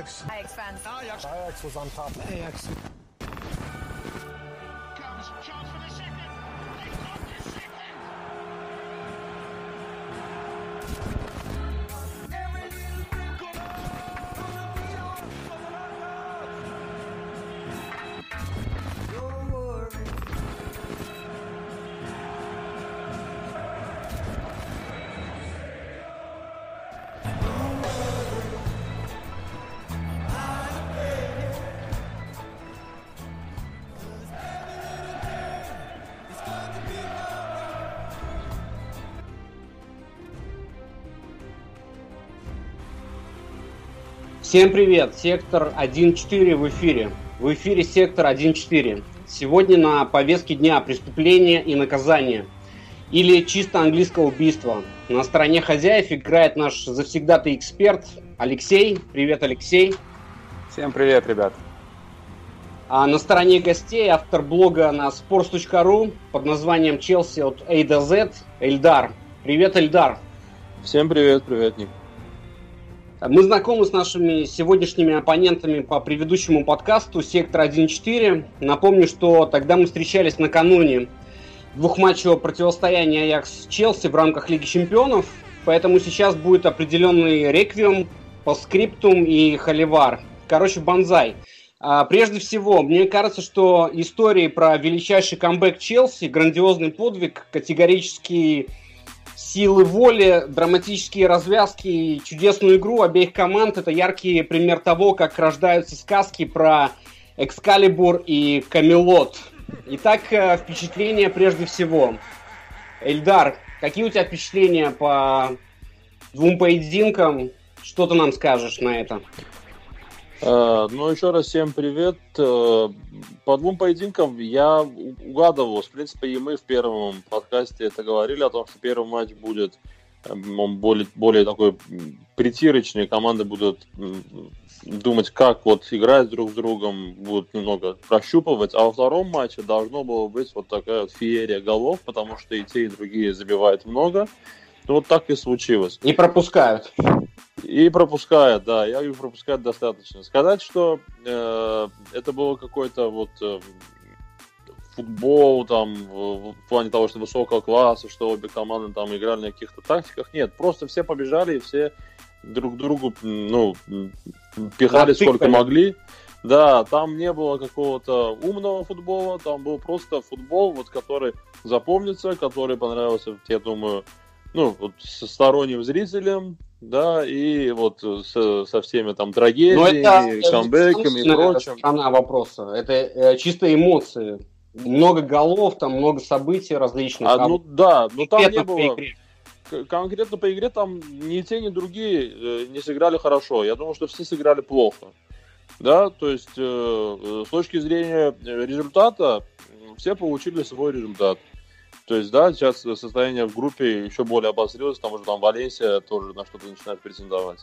Ajax. Ajax fans. Ajax was on top. Ajax. Comes, chance for the second. They've got the second. Всем привет! Сектор 1.4 в эфире. В эфире Сектор 1.4. Сегодня на повестке дня преступления и наказания. Или чисто английское убийство. На стороне хозяев играет наш завсегдатый эксперт Алексей. Привет, Алексей. Всем привет, ребят. А на стороне гостей автор блога на sports.ru под названием «Челси от A до Z» Эльдар. Привет, Эльдар. Всем привет, Ник. Мы знакомы с нашими сегодняшними оппонентами по предыдущему подкасту «Сектор 1.4». Напомню, что тогда мы встречались накануне двухматчевого противостояния Аякс-Челси в рамках Лиги Чемпионов, поэтому сейчас будет определенный реквием, постскриптум и холивар. Короче, бонзай. Прежде всего, мне кажется, что истории про величайший камбэк Челси, грандиозный подвиг, категорический силы воли, драматические развязки и чудесную игру обеих команд — это яркий пример того, как рождаются сказки про Экскалибур и Камелот. Итак, впечатления прежде всего. Эльдар, какие у тебя впечатления по двум поединкам? Что ты нам скажешь на это? Еще раз всем привет. По двум поединкам я угадывал. В принципе, и мы в первом подкасте это говорили, о том, что первый матч будет он более такой притирочный. Команды будут думать, как вот играть друг с другом, будут немного прощупывать. А во втором матче должно было быть вот такая вот феерия голов, потому что и те, и другие забивают много. Вот так и случилось. И пропускают. И пропускают, да, я их пропускают достаточно. Сказать, что это было какой-то вот футбол там в плане того, что высокого класса, что обе команды там играли на каких-то тактиках, нет, просто все побежали и все друг другу, пихали сколько могли. Да, там не было какого-то умного футбола, там был просто футбол, вот, который запомнится, который понравился, я думаю, вот со сторонним зрителям, да, и вот со всеми там трагедиями, камбэками и прочим. Это сторона вопроса, это чисто эмоции. Много голов, там много событий различных. Там не было. Конкретно по игре там ни те, ни другие не сыграли хорошо. Я думаю, что все сыграли плохо. Да, то есть с точки зрения результата все получили свой результат. То есть, да, сейчас состояние в группе еще более обострилось, потому что там Валенсия тоже на что-то начинает претендовать.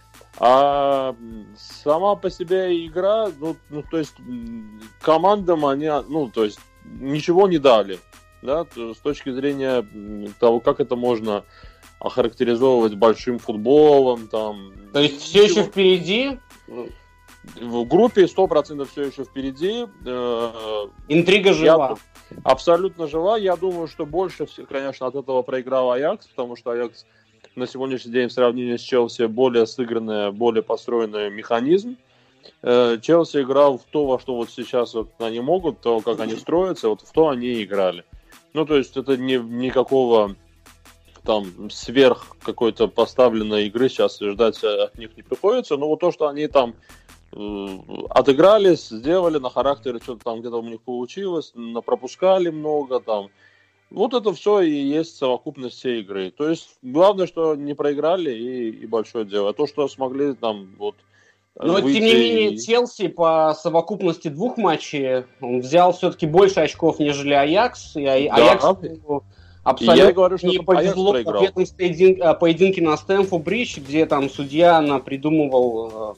А сама по себе игра, то есть командам они, то есть ничего не дали, да, с точки зрения того, как это можно охарактеризовывать большим футболом, там. То есть все еще впереди? В группе 100% все еще впереди. Интрига жива. Абсолютно жива. Я думаю, что больше всего, конечно, от этого проиграл Аякс, потому что Аякс на сегодняшний день в сравнении с Челси более сыгранный, более построенный механизм. Челси играл в то, во что вот сейчас вот они могут, то, как они строятся, вот в то они и играли. То есть это никакого там сверх какой-то поставленной игры сейчас ждать от них не приходится. Но вот то, что они там отыгрались, сделали на характере, что-то там где-то у них получилось, пропускали много там. Вот это все и есть совокупность всей игры. То есть главное, что не проиграли, и большое дело. А то, что смогли там вот. Но тем не менее Челси по совокупности двух матчей он взял все-таки больше очков, нежели Аякс. И Аякс абсолютно не повезло в ответном поединке на Стэмфорд-Бридж, где там судья придумывал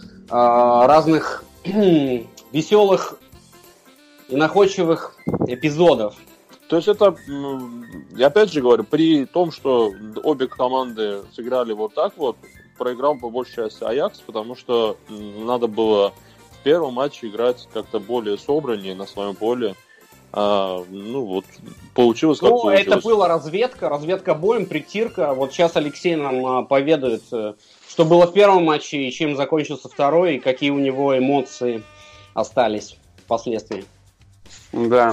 разных веселых и находчивых эпизодов. То есть это, я опять же говорю, при том, что обе команды сыграли вот так вот, проиграл по большей части Аякс, потому что надо было в первом матче играть как-то более собраннее на своем поле. Получилось как получилось. Это была разведка боем, притирка. Вот сейчас Алексей нам поведает, что было в первом матче, и чем закончился второй, и какие у него эмоции остались впоследствии. Да,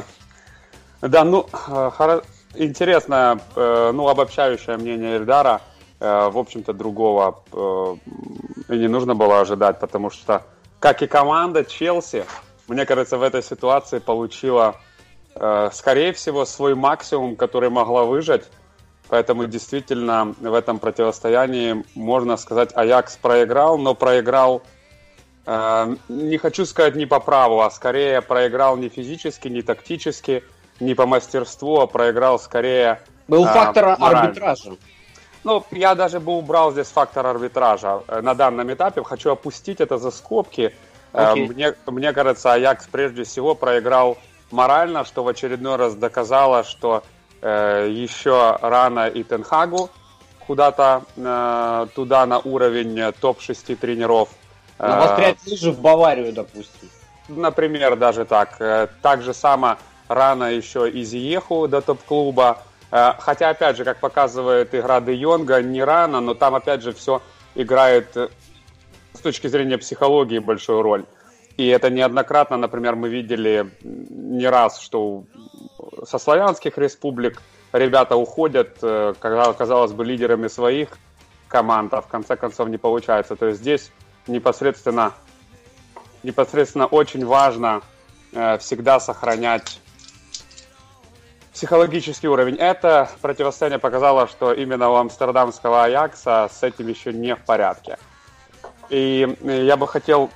интересное, обобщающее мнение Эльдара. В общем-то, другого и не нужно было ожидать, потому что, как и команда Челси, мне кажется, в этой ситуации получила, скорее всего, свой максимум, который могла выжать. Поэтому действительно в этом противостоянии, можно сказать, Аякс проиграл, но проиграл, не хочу сказать не по праву, а скорее проиграл не физически, не тактически, не по мастерству, а проиграл скорее был фактор морально. Арбитража. Я даже бы убрал здесь фактор арбитража на данном этапе. Хочу опустить это за скобки. Мне кажется, Аякс прежде всего проиграл морально, что в очередной раз доказало, что еще рано и Тен Хагу куда-то туда на уровень топ-6 тренеров. Навострять лыжи в Баварию, допустим. Например, даже так. Так же само рано еще и Зиеху до топ-клуба. Хотя, опять же, как показывает игра Де Йонга, не рано, но там, опять же, все играет с точки зрения психологии большую роль. И это неоднократно, например, мы видели не раз, что со славянских республик ребята уходят, когда, казалось бы, лидерами своих команд, а в конце концов не получается. То есть здесь непосредственно очень важно всегда сохранять психологический уровень. Это противостояние показало, что именно у амстердамского Аякса с этим еще не в порядке. И я бы хотел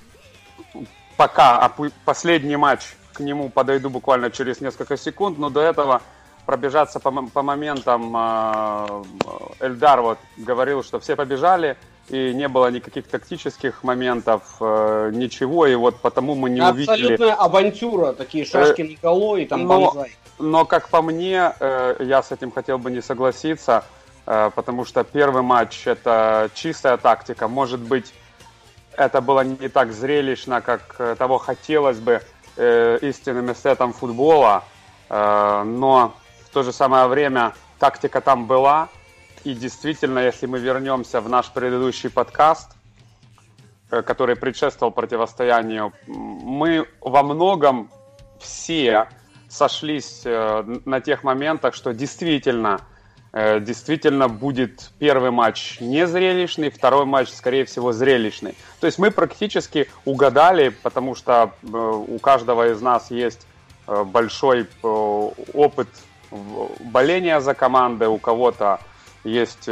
пока последний матч, к нему подойду буквально через несколько секунд, но до этого пробежаться по моментам. Эльдар говорил, что все побежали, и не было никаких тактических моментов, ничего, и потому мы не увидели... Абсолютная авантюра, такие шашки на голо и там банзай. Но, как по мне, я с этим хотел бы не согласиться, потому что первый матч – это чистая тактика. Может быть, это было не так зрелищно, как того хотелось бы истинным эстетам футбола, но в то же самое время тактика там была. И действительно, если мы вернемся в наш предыдущий подкаст, который предшествовал противостоянию, мы во многом все сошлись на тех моментах, что действительно будет первый матч не зрелищный, второй матч, скорее всего, зрелищный. То есть мы практически угадали, потому что у каждого из нас есть большой опыт боления за командой, у кого-то есть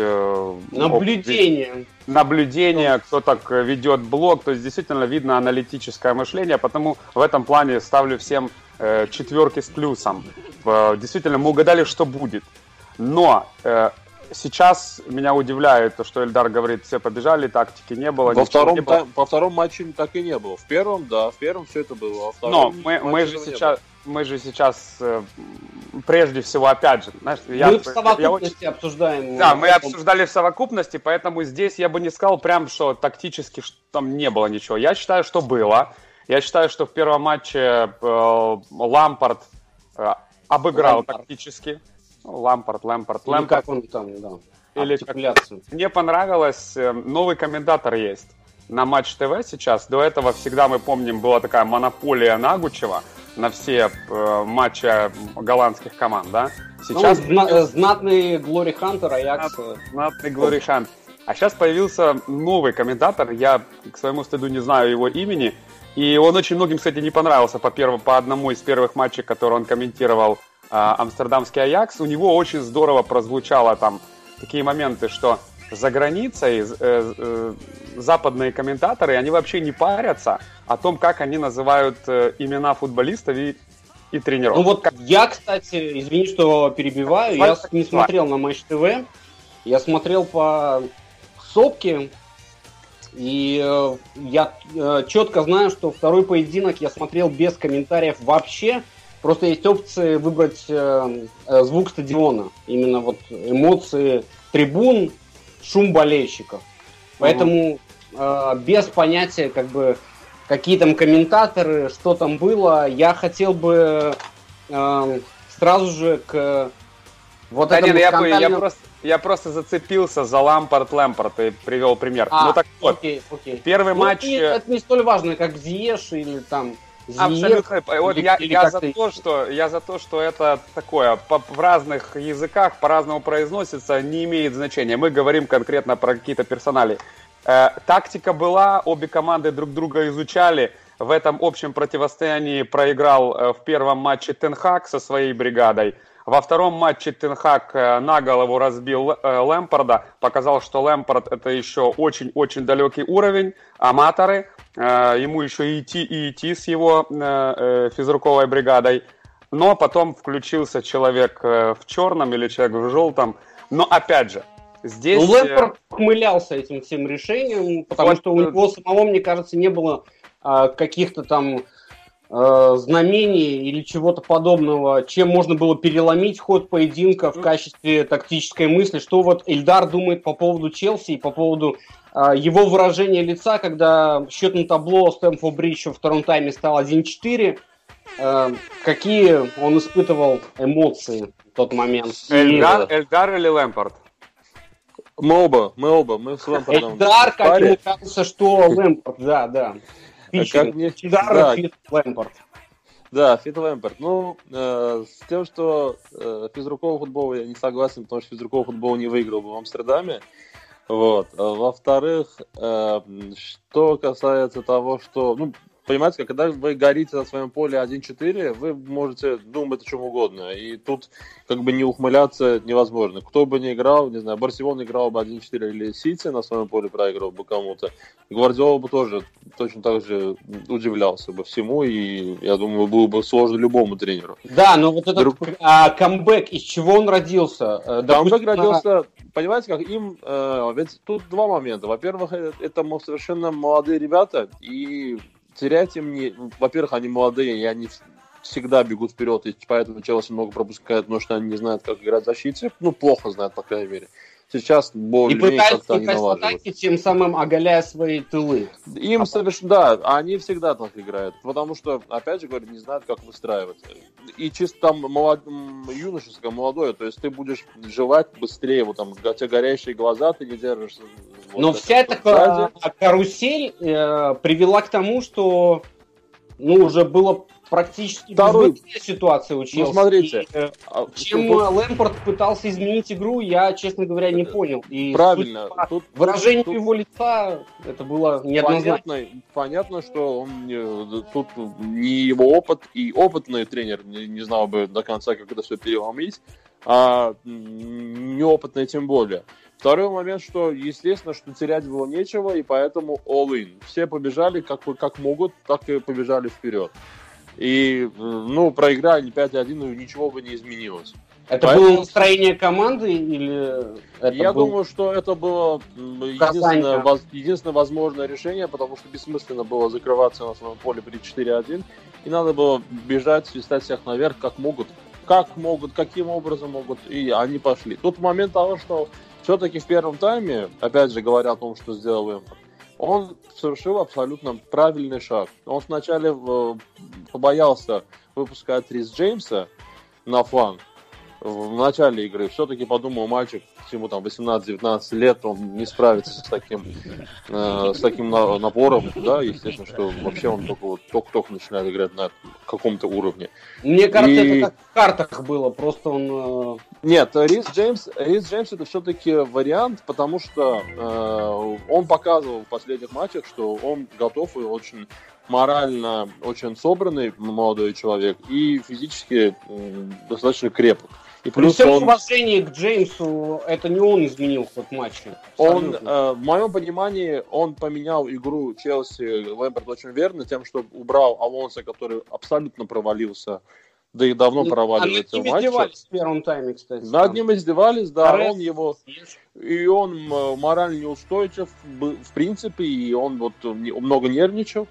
наблюдение, кто так ведет блог, то есть действительно видно аналитическое мышление, потому в этом плане ставлю всем 4 с плюсом. Действительно, мы угадали, что будет. Но сейчас меня удивляет то, что Эльдар говорит, все побежали, тактики не было. Во втором матче так и не было. В первом все это было. Во втором мы же сейчас прежде всего, опять же, знаешь, мы в совокупности обсуждаем. Да, мы обсуждали в совокупности, поэтому здесь я бы не сказал прям, что тактически там не было ничего. Я считаю, что было. Я считаю, что в первом матче Лампард обыграл тактически. Лампард. Или как он там, да. Артикуляцию. Мне понравилось, новый комментатор есть на Матч ТВ сейчас. До этого всегда, мы помним, была такая монополия Нагучева на все матчи голландских команд, да? Сейчас знатный Глори Хантер, Аякс. Знатный Глори Хантер. А сейчас появился новый комментатор, я к своему стыду не знаю его имени, и он очень многим, кстати, не понравился по одному из первых матчей, который он комментировал, амстердамский Аякс. У него очень здорово прозвучало там такие моменты, что за границей западные комментаторы, они вообще не парятся о том, как они называют имена футболистов и тренеров. Ну вот я, кстати, извини, что перебиваю, я не смотрел на Матч ТВ, я смотрел по сопке, и я четко знаю, что второй поединок я смотрел без комментариев вообще. Просто есть опция выбрать звук стадиона, именно вот эмоции трибун, шум болельщиков. Поэтому без понятия, как бы, какие там комментаторы, что там было, я хотел бы сразу же к вот Да этому нет, скандальному... я просто зацепился за Лэмпард, и привел пример. Ну так вот, окей. первый матч... Это не столь важно, как Зиеш или там... Абсолютно. Вот я за как-то то, что это такое, в разных языках по-разному произносится, не имеет значения. Мы говорим конкретно про какие-то персонали. Тактика была, обе команды друг друга изучали. В этом общем противостоянии проиграл в первом матче Тен Хаг со своей бригадой. Во втором матче Тен Хаг на голову разбил Лэмпарда, показал, что Лэмпард это еще очень-очень далекий уровень, аматоры, ему еще и идти с его физруковой бригадой. Но потом включился человек в черном или человек в желтом. Но опять же, здесь... Лэмпард ухмылялся этим всем решением, потому что у него самого, мне кажется, не было каких-то там знамений или чего-то подобного, чем можно было переломить ход поединка в качестве тактической мысли, что вот Эльдар думает по поводу Челси и по поводу его выражения лица, когда счет на табло Стэмфорд Бридж во втором тайме стал 1-4, какие он испытывал эмоции в тот момент. Эльдар или Лэмпард? Мы оба, с Лэмпардом. Эльдар, как ему кажется, что Лэмпард, да. Эльдар, Фит Лэмпард. Да, Фит Лэмпард. Ну, с тем, что физруковый футбол я не согласен, потому что физруковый футбол не выиграл бы в Амстердаме. Вот. Во-вторых, что касается того, что... Ну, понимаете, когда вы горите на своем поле 1-4, вы можете думать о чем угодно. И тут как бы не ухмыляться невозможно. Кто бы ни играл, не знаю, Барселона играл бы 1-4 или Сити на своем поле проиграл бы кому-то. Гвардиола бы тоже точно так же удивлялся бы всему. И, я думаю, было бы сложно любому тренеру. Да, но вот этот камбэк, из чего он родился? Камбэк родился, понимаете, как им... ведь тут два момента. Во-первых, это совершенно молодые ребята, и... терять им не... Во-первых, они молодые, и они всегда бегут вперед, и поэтому Челси много пропускает, потому что они не знают, как играть в защите. Ну, плохо знают, по крайней мере. Сейчас более-менее как-то они налаживают. И тем самым оголяя свои тылы. Им совершенно... Да, они всегда так играют, потому что, опять же говорю, не знают, как выстраивать. И чисто там юношеское, молодое, то есть ты будешь желать быстрее, вот там, у тебя горящие глаза, ты не держишься. Но вот вся эта карусель привела к тому, что уже было практически безвыходная ситуация у Челси. Ну, смотрите. Чем Лэмпард пытался изменить игру, я, честно говоря, не понял. И правильно. Выражение его лица, это было неоднозначно. Понятно, что тут не его опыт, и опытный тренер не знал бы до конца, как это все переломить, а неопытный тем более. Второй момент, что, естественно, что терять было нечего, и поэтому all-in. Все побежали как могут, так и побежали вперед. И, проиграли 5-1, и ничего бы не изменилось. Это было настроение команды или это Я думаю, что это было единственное возможное решение, потому что бессмысленно было закрываться на своем поле при 4-1, и надо было бежать, свистать всех наверх, как могут, каким образом могут, и они пошли. Тут момент того, что все-таки в первом тайме, опять же говоря о том, что сделал Лэмпард, он совершил абсолютно правильный шаг. Он сначала побоялся выпускать Рис Джеймса на фланг в начале игры. Все-таки подумал, мальчик, ему там 18-19 лет, он не справится с таким напором, да, естественно, что вообще он только начинает играть на каком-то уровне. Мне кажется, это как в картах было, просто он... Нет, Рис Джеймс это все-таки вариант, потому что он показывал в последних матчах, что он готов и очень морально очень собранный молодой человек и физически достаточно крепок. И плюс при всем уважении к Джеймсу, это не он изменил ход матча. Он, в моем понимании, он поменял игру Челси, Лэмпард очень верно, тем, что убрал Алонсо, который абсолютно провалился, да и давно проваливается в матче. Над ним издевались в первом тайме, кстати. Над ним издевались, да, он морально неустойчив, в принципе, и он много нервничал.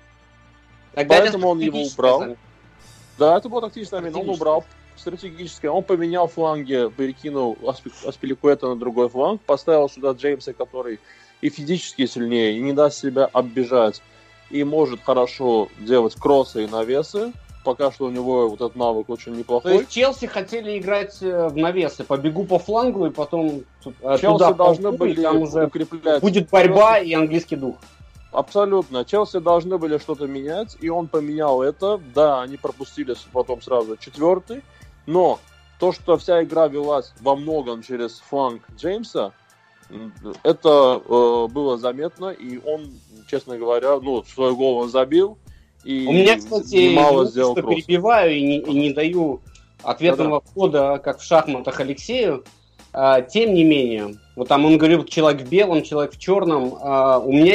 Поэтому он его убрал. Да, это был тактический момент, он убрал. Стратегически. Он поменял фланги, перекинул Аспиликуэта на другой фланг, поставил сюда Джеймса, который и физически сильнее, и не даст себя оббежать, и может хорошо делать кроссы и навесы. Пока что у него вот этот навык очень неплохой. То есть Челси хотели играть в навесы. Побегу по флангу и потом Челси туда должны ползу, были и там уже укреплять. будет борьба и английский дух. Абсолютно. Челси должны были что-то менять, и он поменял это. Да, они пропустили потом сразу 4-й, но то, что вся игра велась во многом через фланг Джеймса, это было заметно, и он, честно говоря, свой гол он забил. И у меня, кстати, немало что перебиваю и не даю ответного входа, как в шахматах, Алексею. Тем не менее, вот там он говорил, человек в белом, человек в черном. У меня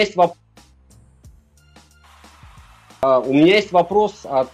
есть вопрос от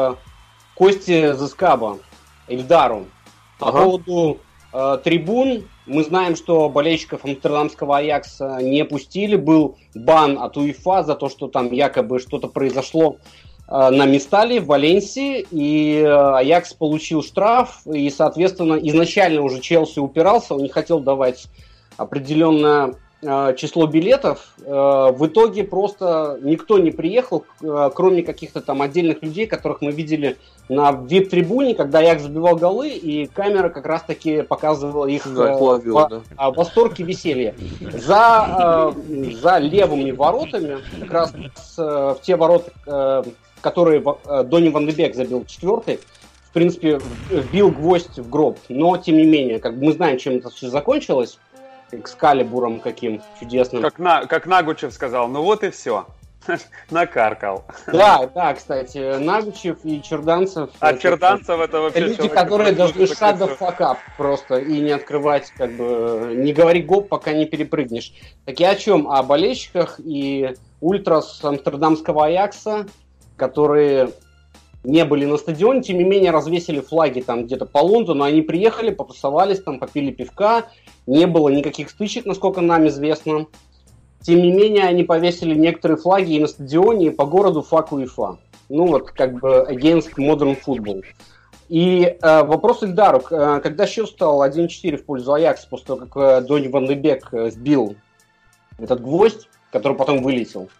Кости Зескаба, Эльдару, по поводу трибун. Мы знаем, что болельщиков амстердамского Аякса не пустили. Был бан от УЕФА за то, что там якобы что-то произошло на Мистале в Валенсии. И Аякс получил штраф. И, соответственно, изначально уже Челси упирался. Он не хотел давать определенное число билетов. В итоге просто никто не приехал, кроме каких-то там отдельных людей, которых мы видели на VIP-трибуне, когда Аякс забивал голы, и камера как раз-таки показывала их восторг и веселье. За левыми воротами, как раз в те ворота, которые Донни Ван де Бек забил 4-й, в принципе, вбил гвоздь в гроб. Но, тем не менее, мы знаем, чем это все закончилось. Экскалибуром каким чудесным. Как Нагучев сказал, ну вот и все. Накаркал. Да, кстати, Нагучев и Черданцев. А Черданцев это вообще люди, которые должны shut the fuck up просто и не открывать, не говори гоп, пока не перепрыгнешь. Так я о чем? О болельщиках и ультрас амстердамского Аякса, которые не были на стадионе, тем не менее развесили флаги там где-то по Лондону, они приехали, потусовались, там попили пивка, не было никаких стычек, насколько нам известно. Тем не менее, они повесили некоторые флаги и на стадионе, и по городу фак УЕФА. Against modern football. И вопрос Ильдару. Когда счет стал 1-4 в пользу Аякса, после того, как Донни Ван де Бек сбил этот гвоздь, который потом вылетел,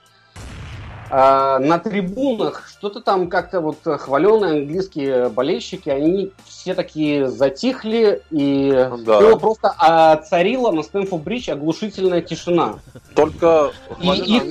на трибунах что-то там как-то хваленые английские болельщики, они все такие затихли, и было просто царила на Стэмфорд-Бридж оглушительная тишина. Только их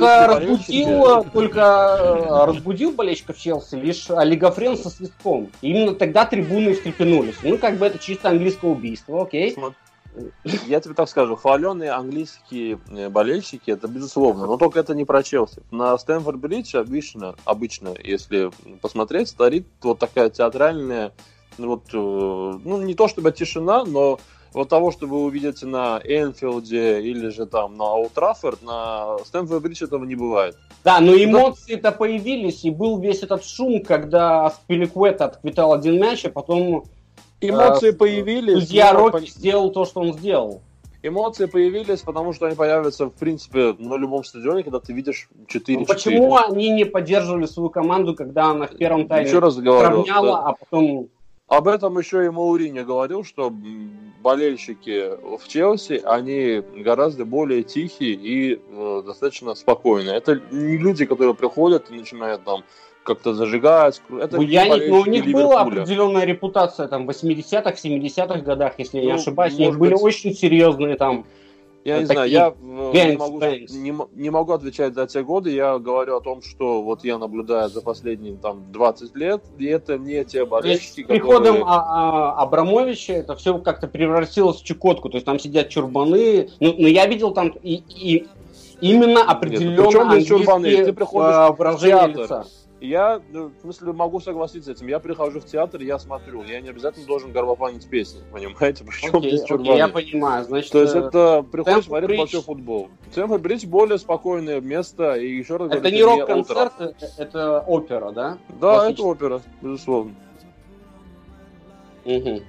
разбудил болельщиков Челси лишь Лига Френ со свистком. И именно тогда трибуны встрепенулись. Это чисто английское убийство, окей? Я тебе так скажу, хваленые английские болельщики, это безусловно, но только это не про Челси. На Стэмфорд-Бридж обычно, если посмотреть, стоит вот такая театральная, не то чтобы тишина, но вот того, что вы увидите на Энфилде или же там на Олд Траффорд, на Стэмфорд-Бридж этого не бывает. Да, но эмоции-то появились, и был весь этот шум, когда Аспиликуэта отквитал один мяч, а потом... Эмоции появились. Судья Рокки сделал то, что он сделал. Эмоции появились, потому что они появятся, в принципе, на любом стадионе, когда ты видишь 4-4. Почему они не поддерживали свою команду, когда она в первом тайме сравняла, а потом... Об этом еще и Мауриньо говорил, что болельщики в Челси, они гораздо более тихие и достаточно спокойные. Это не люди, которые приходят и начинают там как-то зажигать. Это у них была определенная репутация там в 80-х, 70-х годах, если я не ошибаюсь. У них были очень серьезные там. Я не знаю, я не могу отвечать за те годы. Я говорю о том, что вот я наблюдаю за последние 20 лет, и это не те болельщики, которые... С приходом Абрамовича это все как-то превратилось в Чукотку. То есть там сидят чурбаны. Но я видел там и именно определенно английские выражения лица. Я, в смысле, могу согласиться с этим. Я прихожу в театр, я смотрю. Я не обязательно должен горлопанить песни, понимаете? Причем здесь чурбаны. Я понимаю, значит... То есть это приходишь смотреть большой футбол. Стэмфорд-Бридж более спокойное место, и еще раз говорю... Это не рок-концерт, это опера, да? Да, это опера, безусловно. Угу.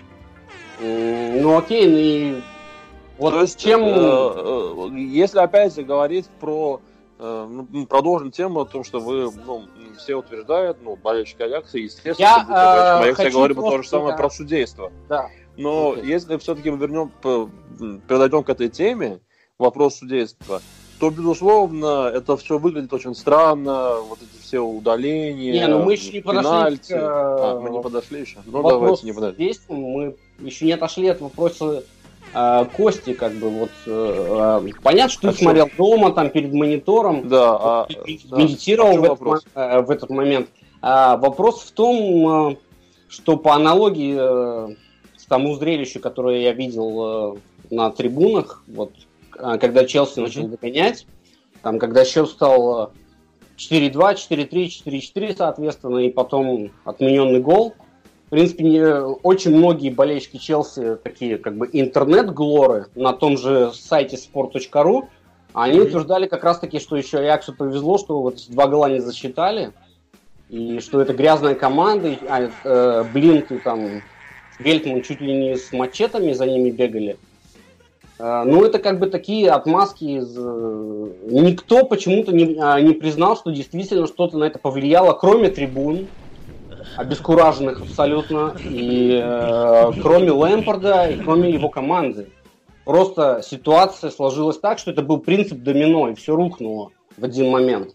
Окей, и... Вот то есть, если опять же говорить про... продолжим тему о том, что вы все утверждают, болельщики Аякса, естественно, я говорю то же самое про судейство. Да. Но если все-таки мы перейдем к этой теме, вопрос судейства, то, безусловно, это все выглядит очень странно, вот эти все удаления, Не, ну мы еще не пенальти. подошли Мы не подошли еще? Ну, вопросу давайте не подошли. судейством, мы еще не отошли от вопроса Кости, как бы, вот, понятно, что ты смотрел дома, там, перед монитором, Да, медитировал в этот момент. Вопрос в том, что по аналогии с тому зрелищу, которое я видел на трибунах, вот, когда Челси начал догонять, там, когда счет стал 4-2, 4-3, 4-4, соответственно, и потом отмененный гол. В принципе, очень многие болельщики Челси, такие как бы интернет-глоры, на том же сайте sport.ru, они утверждали как раз-таки, что еще Аяксу повезло, что вот эти 2 гола не засчитали, и что это грязная команда, Блинк и там Вельтман чуть ли не с мачетами за ними бегали. Ну, это как бы такие отмазки из... Никто почему-то не признал, что действительно что-то на это повлияло, кроме трибун, обескураженных абсолютно, и кроме Лэмпарда, и кроме его команды. Просто ситуация сложилась так, что это был принцип домино, и все рухнуло в один момент.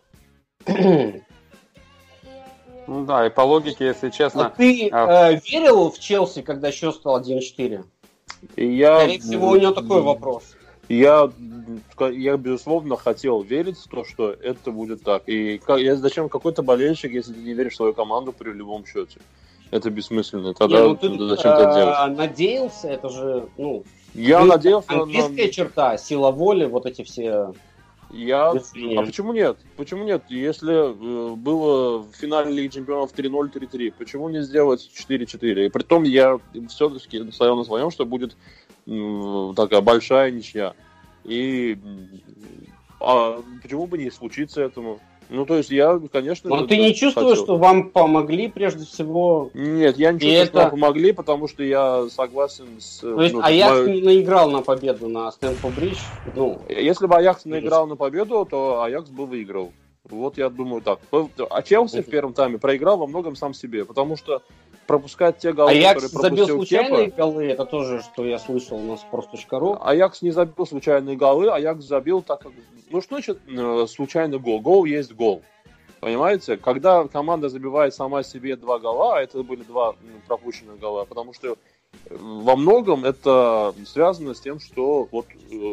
Ну да, и по логике, если честно... А ты верил в Челси, когда счет стал 1-4? Скорее всего, у него такой вопрос. Я, безусловно, хотел верить в то, что это будет так. И зачем какой-то болельщик, если ты не веришь в свою команду при любом счете? Это бессмыссенно. Тогда зачем это делать? Надеялся, это же, я надеялся английская черта, сила воли, вот эти все... А почему нет? Почему нет? Если было в финале Лиги Чемпионов 3-0, 3-3, почему не сделать 4-4? И притом я все-таки стоял на своем, что будет такая большая ничья. И почему бы не случиться этому? Ну, то есть я, конечно... Но ты не чувствуешь, что вам помогли прежде всего? Нет, я не чувствую, что вам помогли, потому что я согласен с... То есть Аякс не наиграл на победу на Стэнфорд-Бридж? Если бы Аякс наиграл на победу, то Аякс бы выиграл. Вот я думаю так. А Челси в первом тайме проиграл во многом сам себе, потому что пропускать те голы, Аякс которые пропустил забил случайные Кепа... голы, это тоже, что я слышал на sports.ru. Аякс не забил случайные голы, Аякс забил так, как... Ну, что значит случайный гол? Гол есть гол. Понимаете? Когда команда забивает сама себе 2 гола, а это были 2 пропущенных гола, потому что во многом это связано с тем, что вот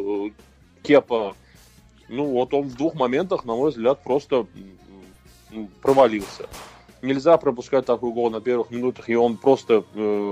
Кепа, вот он в 2 моментах, на мой взгляд, просто провалился. Нельзя пропускать такой гол на первых минутах, и он просто,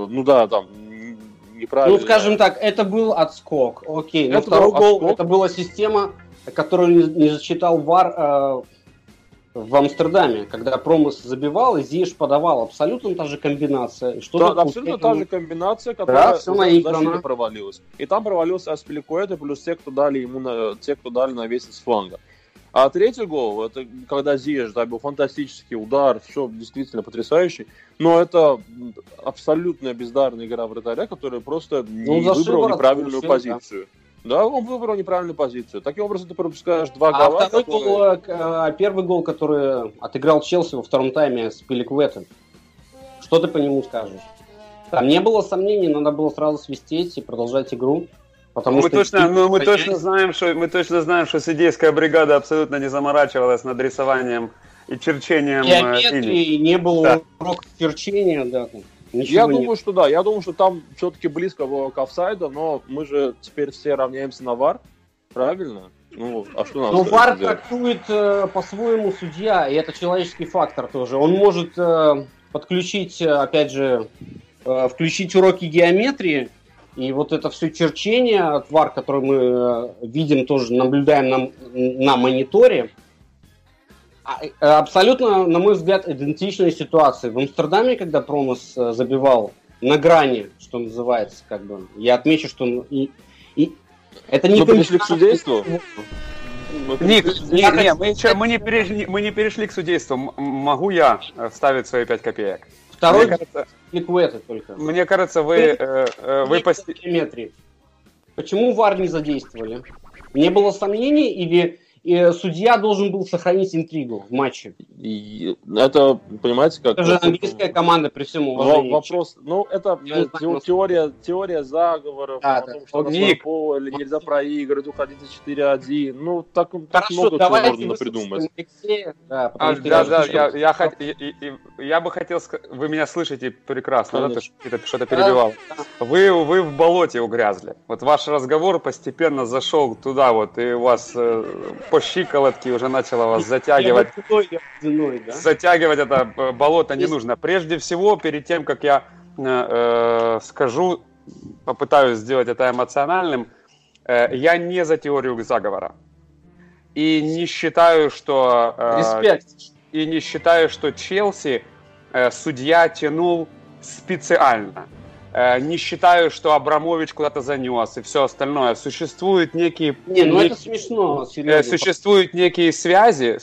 неправильно. Ну, скажем так, это был отскок, окей. Но Это второй был гол, отскок. это была система, которую не засчитал ВАР в Амстердаме, когда Промыс забивал, и Зиеш подавал. Абсолютно та же комбинация. Абсолютно та же комбинация, которая в защите провалилась. И там провалился Аспиликуэта, плюс те, кто дали навесить с фланга. А третий гол, это когда Зиеш забил фантастический удар, все действительно потрясающий, но это абсолютно бездарная игра вратаря, который просто выбрал неправильную позицию. Да, он выбрал неправильную позицию. Таким образом, ты пропускаешь 2 гола. Первый гол, который отыграл Челси во втором тайме с Пиликуэтом, что ты по нему скажешь? Там не было сомнений, надо было сразу свистеть и продолжать игру. Мы точно знаем, что судейская бригада абсолютно не заморачивалась над рисованием и черчением. И не было уроков черчения, да. Я думаю, что да. Я думаю, что там все-таки близко было к офсайду, но мы же теперь все равняемся на ВАР, правильно? А что нам? Но ВАР трактует по-своему судья, и это человеческий фактор тоже. Он может подключить, опять же, включить уроки геометрии, и вот это все черчение от ВАР, которое мы видим, тоже наблюдаем на мониторе, абсолютно, на мой взгляд, идентичная ситуация. В Амстердаме, когда Промыс забивал на грани, что называется, как бы, я отмечу, что это не... Мы перешли к судейству? Ник, мы не перешли к судейству. Могу я вставить свои 5 копеек? Второй Пиликуэта только. Мне кажется, вы Почему ВАР не задействовали? Не было сомнений и судья должен был сохранить интригу в матче. И это, понимаете, как... Это же английская команда, при всем уважении. Вопрос, ну, это теория заговоров, да, о том, что на своем поле нельзя проигрывать, уходить за 4-1. Ну, так много чего можно придумать. Я бы хотел сказать... Вы меня слышите прекрасно, да? Ты что-то перебивал. Вы в болоте угрязли. Вот ваш разговор постепенно зашел туда вот, и у вас по щиколотке уже начало вас затягивать. Затягивать это болото не нужно. Прежде всего, перед тем, как я скажу, попытаюсь сделать это эмоциональным, я не за теорию заговора. И не считаю, что... И не считаю, что Челси судья тянул специально. Не считаю, что Абрамович куда-то занес и все остальное. Существуют некие... это смешно, серьезно. Существуют некие связи,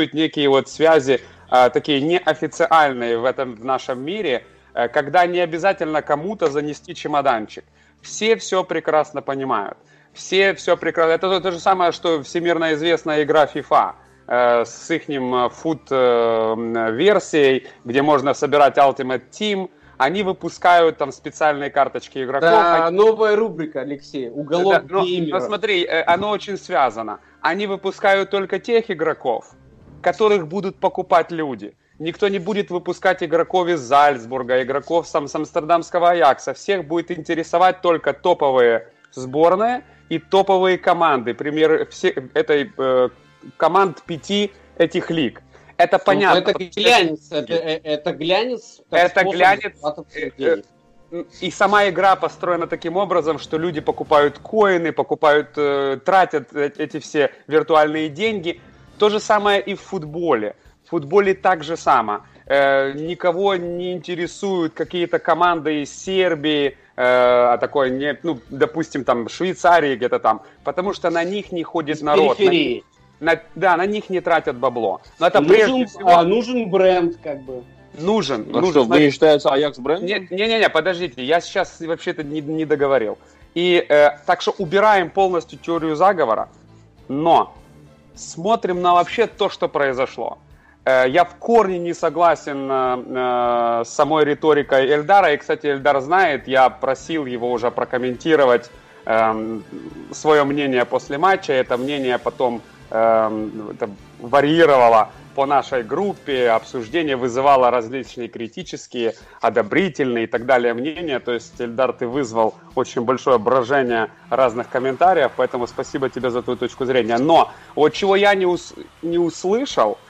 связи такие неофициальные в нашем мире, когда не обязательно кому-то занести чемоданчик. Все прекрасно понимают. Все прекрасно... Это то же самое, что всемирно известная игра FIFA с ихним фут-версией, где можно собирать Ultimate Team. Они выпускают там специальные карточки игроков. Да, новая рубрика, Алексей, уголок геймера. Смотри, оно очень связано. Они выпускают только тех игроков, которых будут покупать люди. Никто не будет выпускать игроков из Зальцбурга, игроков с амстердамского Аякса. Всех будет интересовать только топовые сборные и топовые команды. Пример этой команд 5 этих лиг. Это понятно. Это глянец. Это глянец. Это глянец. И сама игра построена таким образом, что люди покупают коины, тратят эти все виртуальные деньги. То же самое и в футболе. В футболе так же само. Никого не интересуют какие-то команды из Сербии, допустим, там Швейцарии где-то там, потому что на них не ходит народ. На них не тратят бабло. Но это нужен бренд, как бы. Нужен. Что, вы не считаете Аякс брендом? Не, подождите, я сейчас вообще-то не договорил. И так что убираем полностью теорию заговора, но смотрим на вообще то, что произошло. Я в корне не согласен с самой риторикой Эльдара. И, кстати, Эльдар знает, я просил его уже прокомментировать свое мнение после матча. Это мнение потом варьировало по нашей группе, обсуждение вызывало различные критические, одобрительные и так далее мнения. То есть, Эльдар, ты вызвал очень большое брожение разных комментариев, поэтому спасибо тебе за твою точку зрения. Но вот чего я не услышал,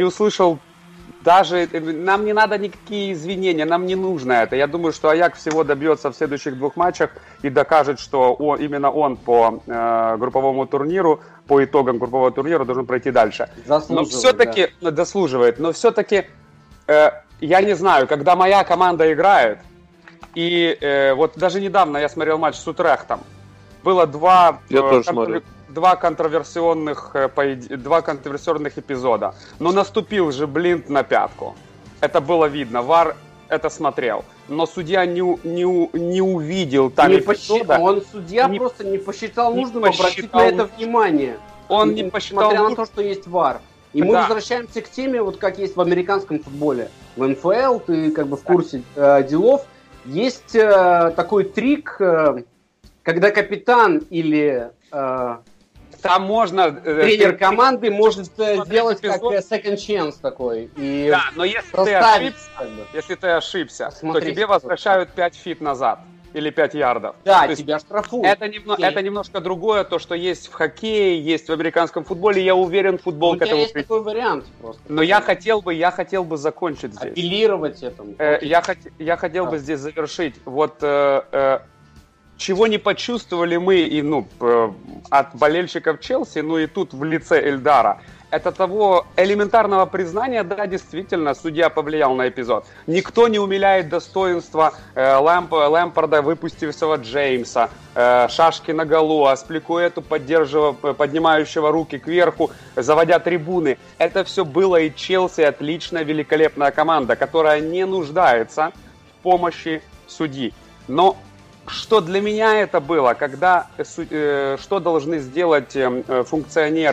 даже, нам не надо никакие извинения, нам не нужно это. Я думаю, что Аякс всего добьется в следующих 2 матчах и докажет, что именно он по групповому турниру, по итогам группового турнира должен пройти дальше. Но все-таки дослуживает. Но все-таки я не знаю, когда моя команда играет, и вот даже недавно я смотрел матч с Утрехтом, было два контроверсионных эпизода. Но наступил же Блинд на пятку. Это было видно. ВАР это смотрел. Но судья не увидел там эпизода. Судья просто не посчитал нужным обратить на это внимание. Он не посчитал несмотря на то, что есть ВАР. И мы возвращаемся к теме, вот как есть в американском футболе. В НФЛ, ты как бы в курсе делов. Есть такой трик, когда капитан или там можно тренер команды может сделать как second chance такой. И да, но если ты ошибся, то тебе возвращают 5 фит назад или 5 ярдов. Да, тебя штрафуют. Это немножко другое, то, что есть в хоккее, есть в американском футболе. Я уверен, футбол к этому... есть такой вариант просто. Но я хотел бы закончить здесь. Апеллировать этому. Я хотел бы здесь завершить. Вот... чего не почувствовали мы от болельщиков Челси, и тут в лице Эльдара, это того элементарного признания, да, действительно, судья повлиял на эпизод. Никто не умиляет достоинства Лэмпарда, выпустившего Джеймса, шашки на голу, Аспиликуэту, поднимающего руки кверху, заводя трибуны. Это все было и Челси, отличная, великолепная команда, которая не нуждается в помощи судьи. Но что для меня это было, что должны сделать функционеры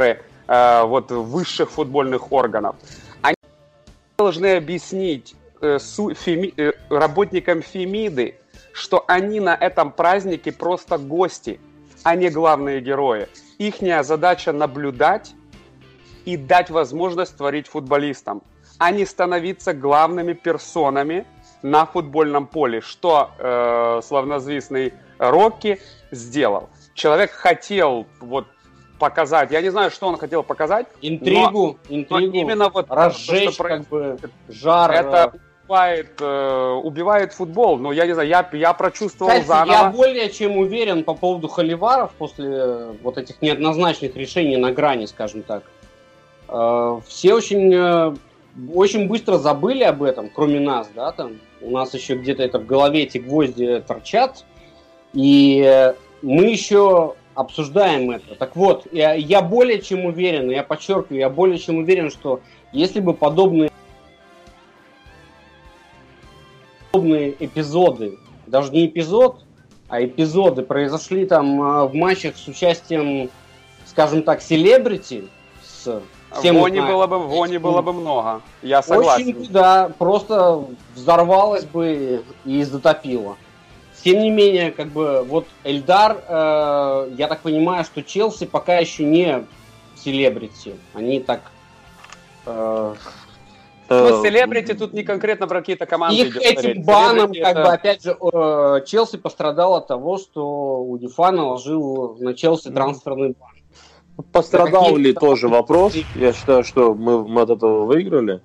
вот высших футбольных органов. Они должны объяснить работникам Фемиды, что они на этом празднике просто гости, а не главные герои. Ихняя задача наблюдать и дать возможность творить футболистам, а не становиться главными персонами на футбольном поле, что славнозвестный Рокки сделал. Человек хотел вот показать, я не знаю, что он хотел показать. Интригу, но именно вот разжечь то, как бы жар. Это убивает футбол. Но я не знаю, я прочувствовал Кстати, заново. я более чем уверен по поводу холиваров после вот этих неоднозначных решений на грани, скажем так. Все очень быстро забыли об этом, кроме нас, да, там. У нас еще где-то это в голове эти гвозди торчат. И мы еще обсуждаем это. Так вот, я более чем уверен, я подчеркиваю, я более чем уверен, что если бы подобные эпизоды, даже не эпизод, а эпизоды произошли там в матчах с участием, скажем так, селебрити, Вони было бы много, я согласен. Очень, да, просто взорвалось бы и затопило. Тем не менее, как бы, вот Эльдар, я так понимаю, что Челси пока еще не селебрити. Они так... Ну, селебрити тут не конкретно про какие-то команды их идет. этим баном, как бы, опять же, Челси пострадал от того, что УЕФА наложил на Челси трансферный бан. Пострадал ли тоже вопрос? Я считаю, что мы от этого выиграли,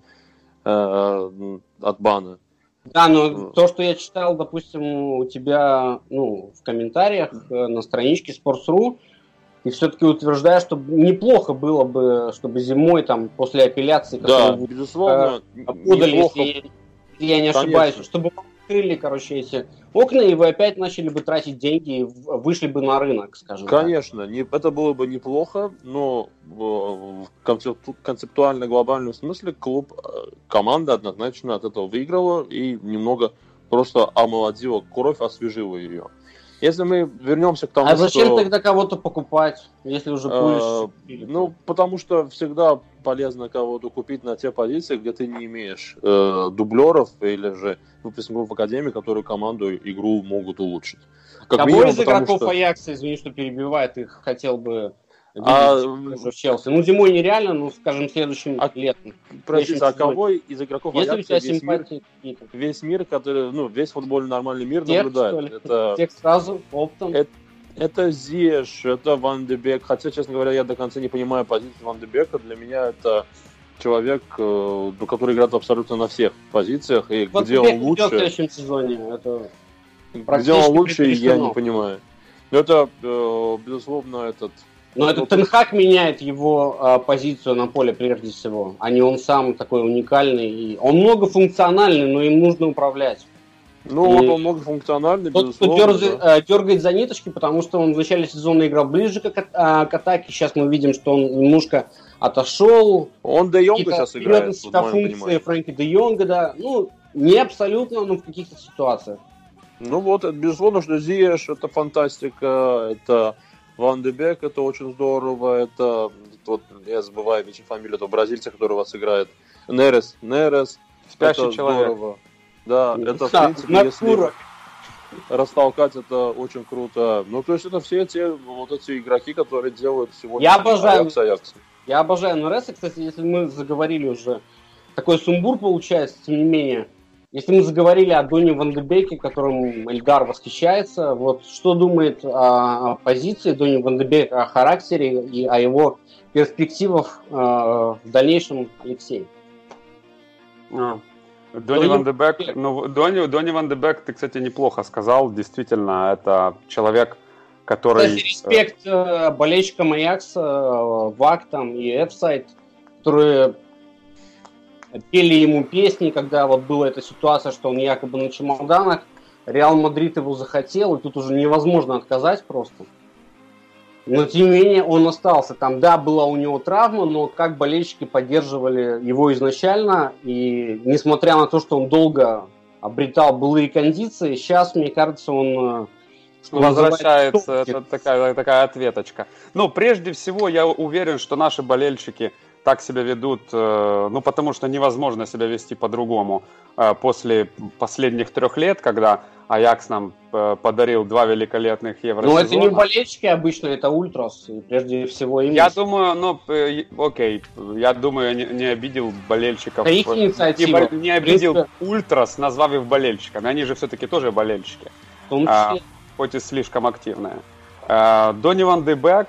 от бана. Да, но то, что я читал, допустим, у тебя, ну, в комментариях на страничке Sports.ru, ты все-таки утверждаешь, что неплохо было бы, чтобы зимой, там, после апелляции, да, безусловно, подали, неплохо. если я не ошибаюсь, чтобы открыли, короче, эти окна, и вы опять начали бы тратить деньги, и вышли бы на рынок, скажем Конечно, так. Это было бы неплохо, но в концептуально-глобальном смысле команда однозначно от этого выиграла и немного просто омолодила кровь, освежила ее. Если мы вернемся к тому, а зачем тогда кого-то покупать, если уже Пулиш? Ну, потому что всегда полезно кого-то купить на те позиции, где ты не имеешь дублеров или же выпускников академии, которые команду игру могут улучшить. Кого из игроков Аякса, извини, что перебивает, их хотел бы видеть в Челси? Ну, зимой нереально, ну, скажем, следующим летом. Простите, а кого из игроков Аякса весь мир, который, ну, весь футбольный нормальный мир наблюдает? Тех сразу, оптом. Это Зиеш, это Ван де Бек. Хотя, честно говоря, я до конца не понимаю позицию Ван де Бека. Для меня это человек, который играет абсолютно на всех позициях. И вот где он лучше... в следующем сезоне. Это где он лучше, я не понимаю. Но это, безусловно, этот... Но это Тен Хаг меняет его позицию на поле прежде всего, а не он сам такой уникальный. И он многофункциональный, но им нужно управлять. Ну, вот он многофункциональный, безусловно. Кто дергает за ниточки, потому что он в начале сезона играл ближе к атаке. Сейчас мы видим, что он немножко отошел. Он Де Йонга сейчас играет. Функции Фрэнки Де Йонга, да. Ну, не абсолютно, но в каких-то ситуациях. Ну вот, безусловно, что Зиеш это фантастика, это Ван де Бек, это очень здорово, это, вот, я забываю ведь фамилию этого бразильца, который у вас играет, Нерес, спящий человек. Здорово. Да, это, в принципе, если растолкать, это очень круто. Ну, то есть, это все те игроки, которые делают сегодня Аякс. Я обожаю Нереса, кстати, если мы заговорили уже, такой сумбур получается, тем не менее. Если мы заговорили о Доне Ван де Беке, которым Эльдар восхищается, вот что думает о позиции Дони Ван де Бека, о характере и о его перспективах в дальнейшем Алексей? Дони Ван де Бек, ну, Дони Ван де Бек, ты, кстати, неплохо сказал, действительно, это человек, который... Кстати, респект болельщикам Аякса, ВАК там и Эфсайд, которые... пели ему песни, когда вот была эта ситуация, что он якобы на чемоданах, Реал Мадрид его захотел, и тут уже невозможно отказать просто. Но тем не менее он остался там. Да, была у него травма, но как болельщики поддерживали его изначально, и несмотря на то, что он долго обретал былые кондиции, сейчас, мне кажется, он возвращается такая ответочка. Ну, прежде всего, я уверен, что наши болельщики так себя ведут, ну, потому что невозможно себя вести по-другому после последних 3 лет, когда Аякс нам подарил 2 великолепных евросезона. Ну, это не болельщики обычно, это ультрас, прежде всего им. Я думаю, ну, окей, я думаю, не обидел болельщиков. Это их инициатива. Не обидел ультрас, назвав их болельщиками. Они же все-таки тоже болельщики. В том числе. Хоть и слишком активные. Донни Ван де Бек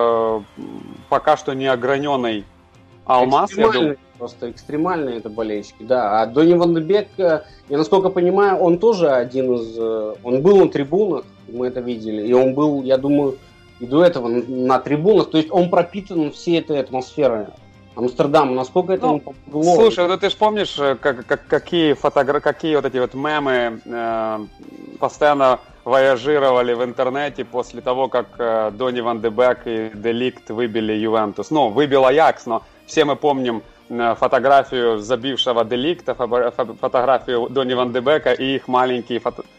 пока что не ограненный алмаз. Просто экстремальные это болельщики, да. А Донни Ван де Бек, я насколько понимаю, он тоже один из... Он был на трибунах, мы это видели, и он был, я думаю, и до этого на трибунах. То есть он пропитан всей этой атмосферой Амстердама. Насколько это ему помогло? Слушай, ну ты же помнишь, какие вот эти вот мемы постоянно вояжировали в интернете после того, как Донни Ван де Бек и Де Ликт выбили Ювентус. Ну, выбил Аякс, но все мы помним фотографию забившего Де Ликта, фотографию Донни Ван де Бека и их маленькие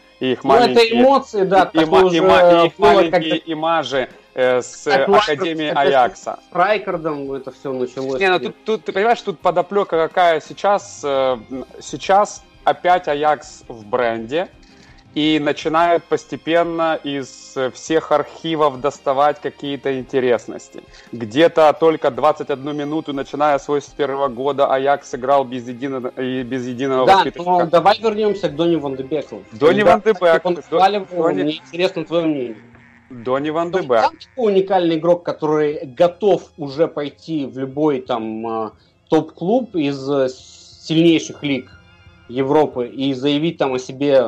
это эмоции, да. И их маленькие имажи с Академии Аякса. С Райкардом это все началось. Не, ну тут ты понимаешь, тут подоплека какая сейчас. Сейчас опять Аякс в бренде. И начинают постепенно из всех архивов доставать какие-то интересности. Где-то только 21 минуту, начиная с 81 года, Аякс играл без единого воспитанника. Да, но давай вернемся к Донни Ван де Беку. Донни Ван де Бек. Мне интересно твое мнение. Донни Ван де Бек. Там такой уникальный игрок, который готов уже пойти в любой там топ-клуб из сильнейших лиг Европы и заявить там о себе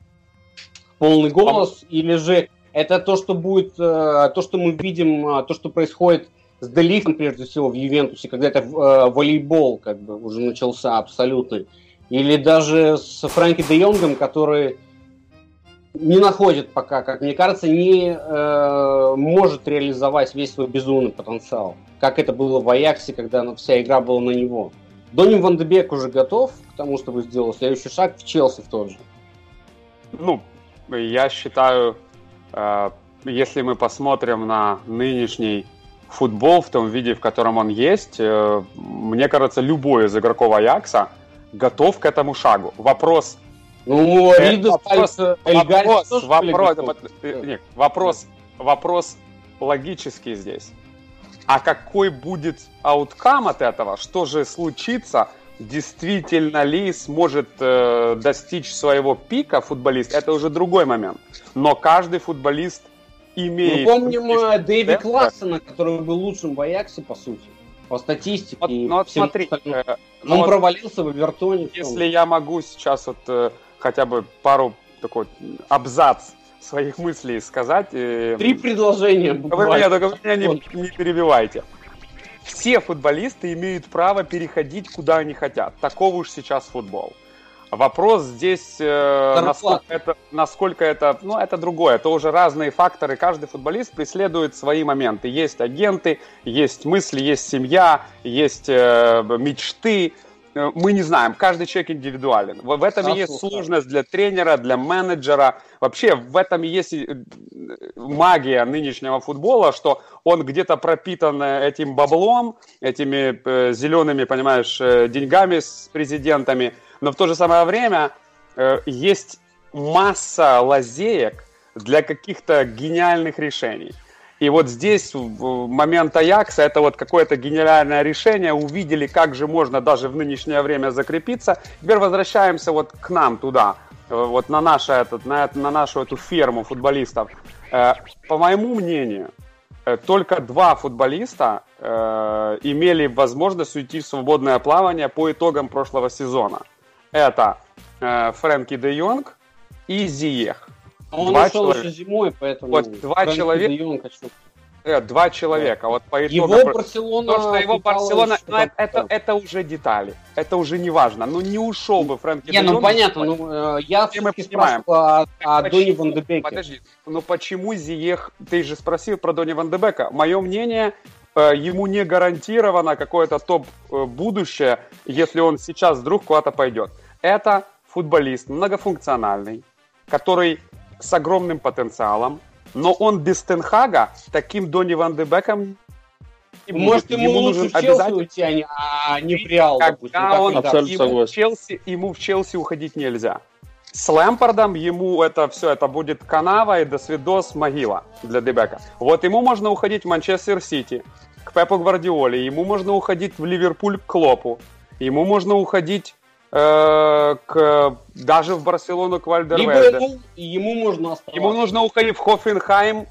полный голос, или же это то, что будет, то, что мы видим, то, что происходит с Де Лихтом, прежде всего, в Ювентусе, когда это волейбол как бы уже начался абсолютный, или даже с Фрэнки де Йонгом, который не находит пока, как мне кажется, не может реализовать весь свой безумный потенциал, как это было в Аяксе, когда вся игра была на него. Донни Ван де Бек уже готов к тому, чтобы сделал следующий шаг в Челси в тот же. Ну, я считаю, если мы посмотрим на нынешний футбол в том виде, в котором он есть, мне кажется, любой из игроков Аякса готов к этому шагу. Вопрос логический здесь. А какой будет ауткам от этого? Что же случится? Действительно ли сможет достичь своего пика футболист, это уже другой момент. Но каждый футболист имеет... Мы помним Дэви Классена, который был лучшим в Аяксе, по сути, по статистике. Вот смотри, он провалился в Эвертоне. Если я могу сейчас хотя бы пару такой абзац своих мыслей сказать... 3 предложения. Вы меня не перебивайте. Все футболисты имеют право переходить куда они хотят. Таков уж сейчас футбол. Вопрос здесь, насколько это... Ну, это другое. Это уже разные факторы. Каждый футболист преследует свои моменты. Есть агенты, есть мысли, есть семья, есть мечты. Мы не знаем. Каждый человек индивидуален. В этом и есть сложность для тренера, для менеджера. Вообще, в этом и есть магия нынешнего футбола, что он где-то пропитан этим баблом, этими зелеными, понимаешь, деньгами с президентами. Но в то же самое время есть масса лазеек для каких-то гениальных решений. И вот здесь, в момент Аякса, это вот какое-то гениальное решение. Увидели, как же можно даже в нынешнее время закрепиться. Теперь возвращаемся вот к нам туда, вот на нашу эту ферму футболистов. По моему мнению, только 2 футболиста имели возможность уйти в свободное плавание по итогам прошлого сезона. Это Фрэнки де Йонг и Зиех. Он ушел еще зимой, поэтому... Вот 2 человека... 2 человека. Вот по итогам... Его Барселона... То, что его Барселона... Это уже детали. Это уже не важно. Ну, не ушел бы Фрэнки де Йонг. Ну, понятно. Я все-таки спрашивал о Донни Ван де Беке. Подожди. Ну, почему Зиех... Ты же спросил про Донни Ван де Бека. Мое мнение... Ему не гарантировано какое-то топ-будущее, если он сейчас вдруг куда-то пойдет. Это футболист многофункциональный, который с огромным потенциалом, но он без Тен Хага таким Донни Ван де Беком не будет. Может, ему лучше в Челси уйти, а не в Реал, допустим. Ему в Челси уходить нельзя. С Лэмпардом ему это будет канава и до свидос могила для Дебека. Вот ему можно уходить в Манчестер Сити, к Пепу Гвардиоле, ему можно уходить в Ливерпуль к Клопу, ему можно уходить даже в Барселону к Вальдервельде. Ему можно оставаться. Ему нужно уходить в Хофенхайм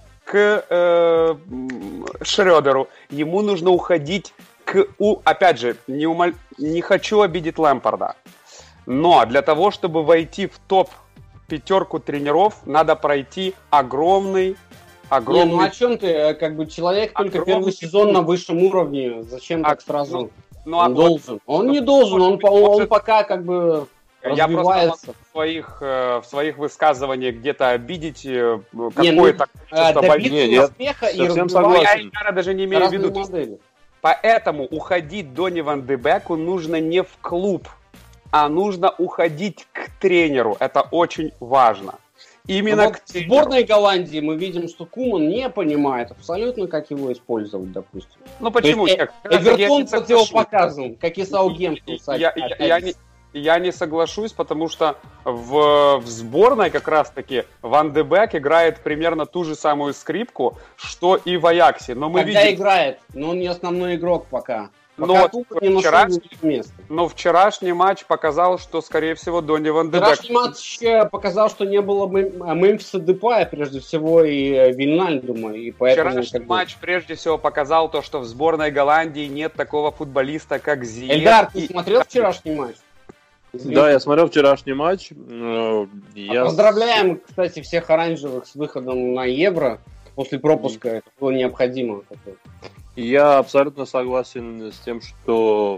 к Шрёдеру. Ему нужно уходить опять же, не хочу обидеть Лэмпарда, но для того, чтобы войти в топ-5 тренеров, надо пройти огромный... Не, ну о чем ты? Как бы человек только первый сезон на высшем уровне. Зачем так сразу? Он должен. Он не должен, он пока как бы развивается. Я просто в своих высказываниях где-то обидеть какое-то количество добиться успеха и совсем согласен. Я даже не имею в виду. Поэтому уходить Донни Ван де Беку нужно не в клуб, а нужно уходить к тренеру. Это очень важно. Именно в сборной Голландии мы видим, что Куман не понимает абсолютно, как его использовать, допустим. Ну почему? Эвертон противопоказан, как и Саутгемптон. Я не соглашусь, потому что в сборной как раз-таки Ван де Бек играет примерно ту же самую скрипку, что и в Аяксе. Но мы видим... играет, но он не основной игрок пока. Но вчерашний матч показал, что, скорее всего, Донни Ван де Бек... Вчерашний матч показал, что не было Мемфиса Депая, прежде всего, и Вильнальдума. И поэтому, вчерашний матч, прежде всего, показал то, что в сборной Голландии нет такого футболиста, как Зиех. Эльдар, ты смотрел вчерашний матч? Да, я смотрел вчерашний матч. Поздравляем, кстати, всех оранжевых с выходом на Евро. После пропуска это было необходимо. Я абсолютно согласен с тем, что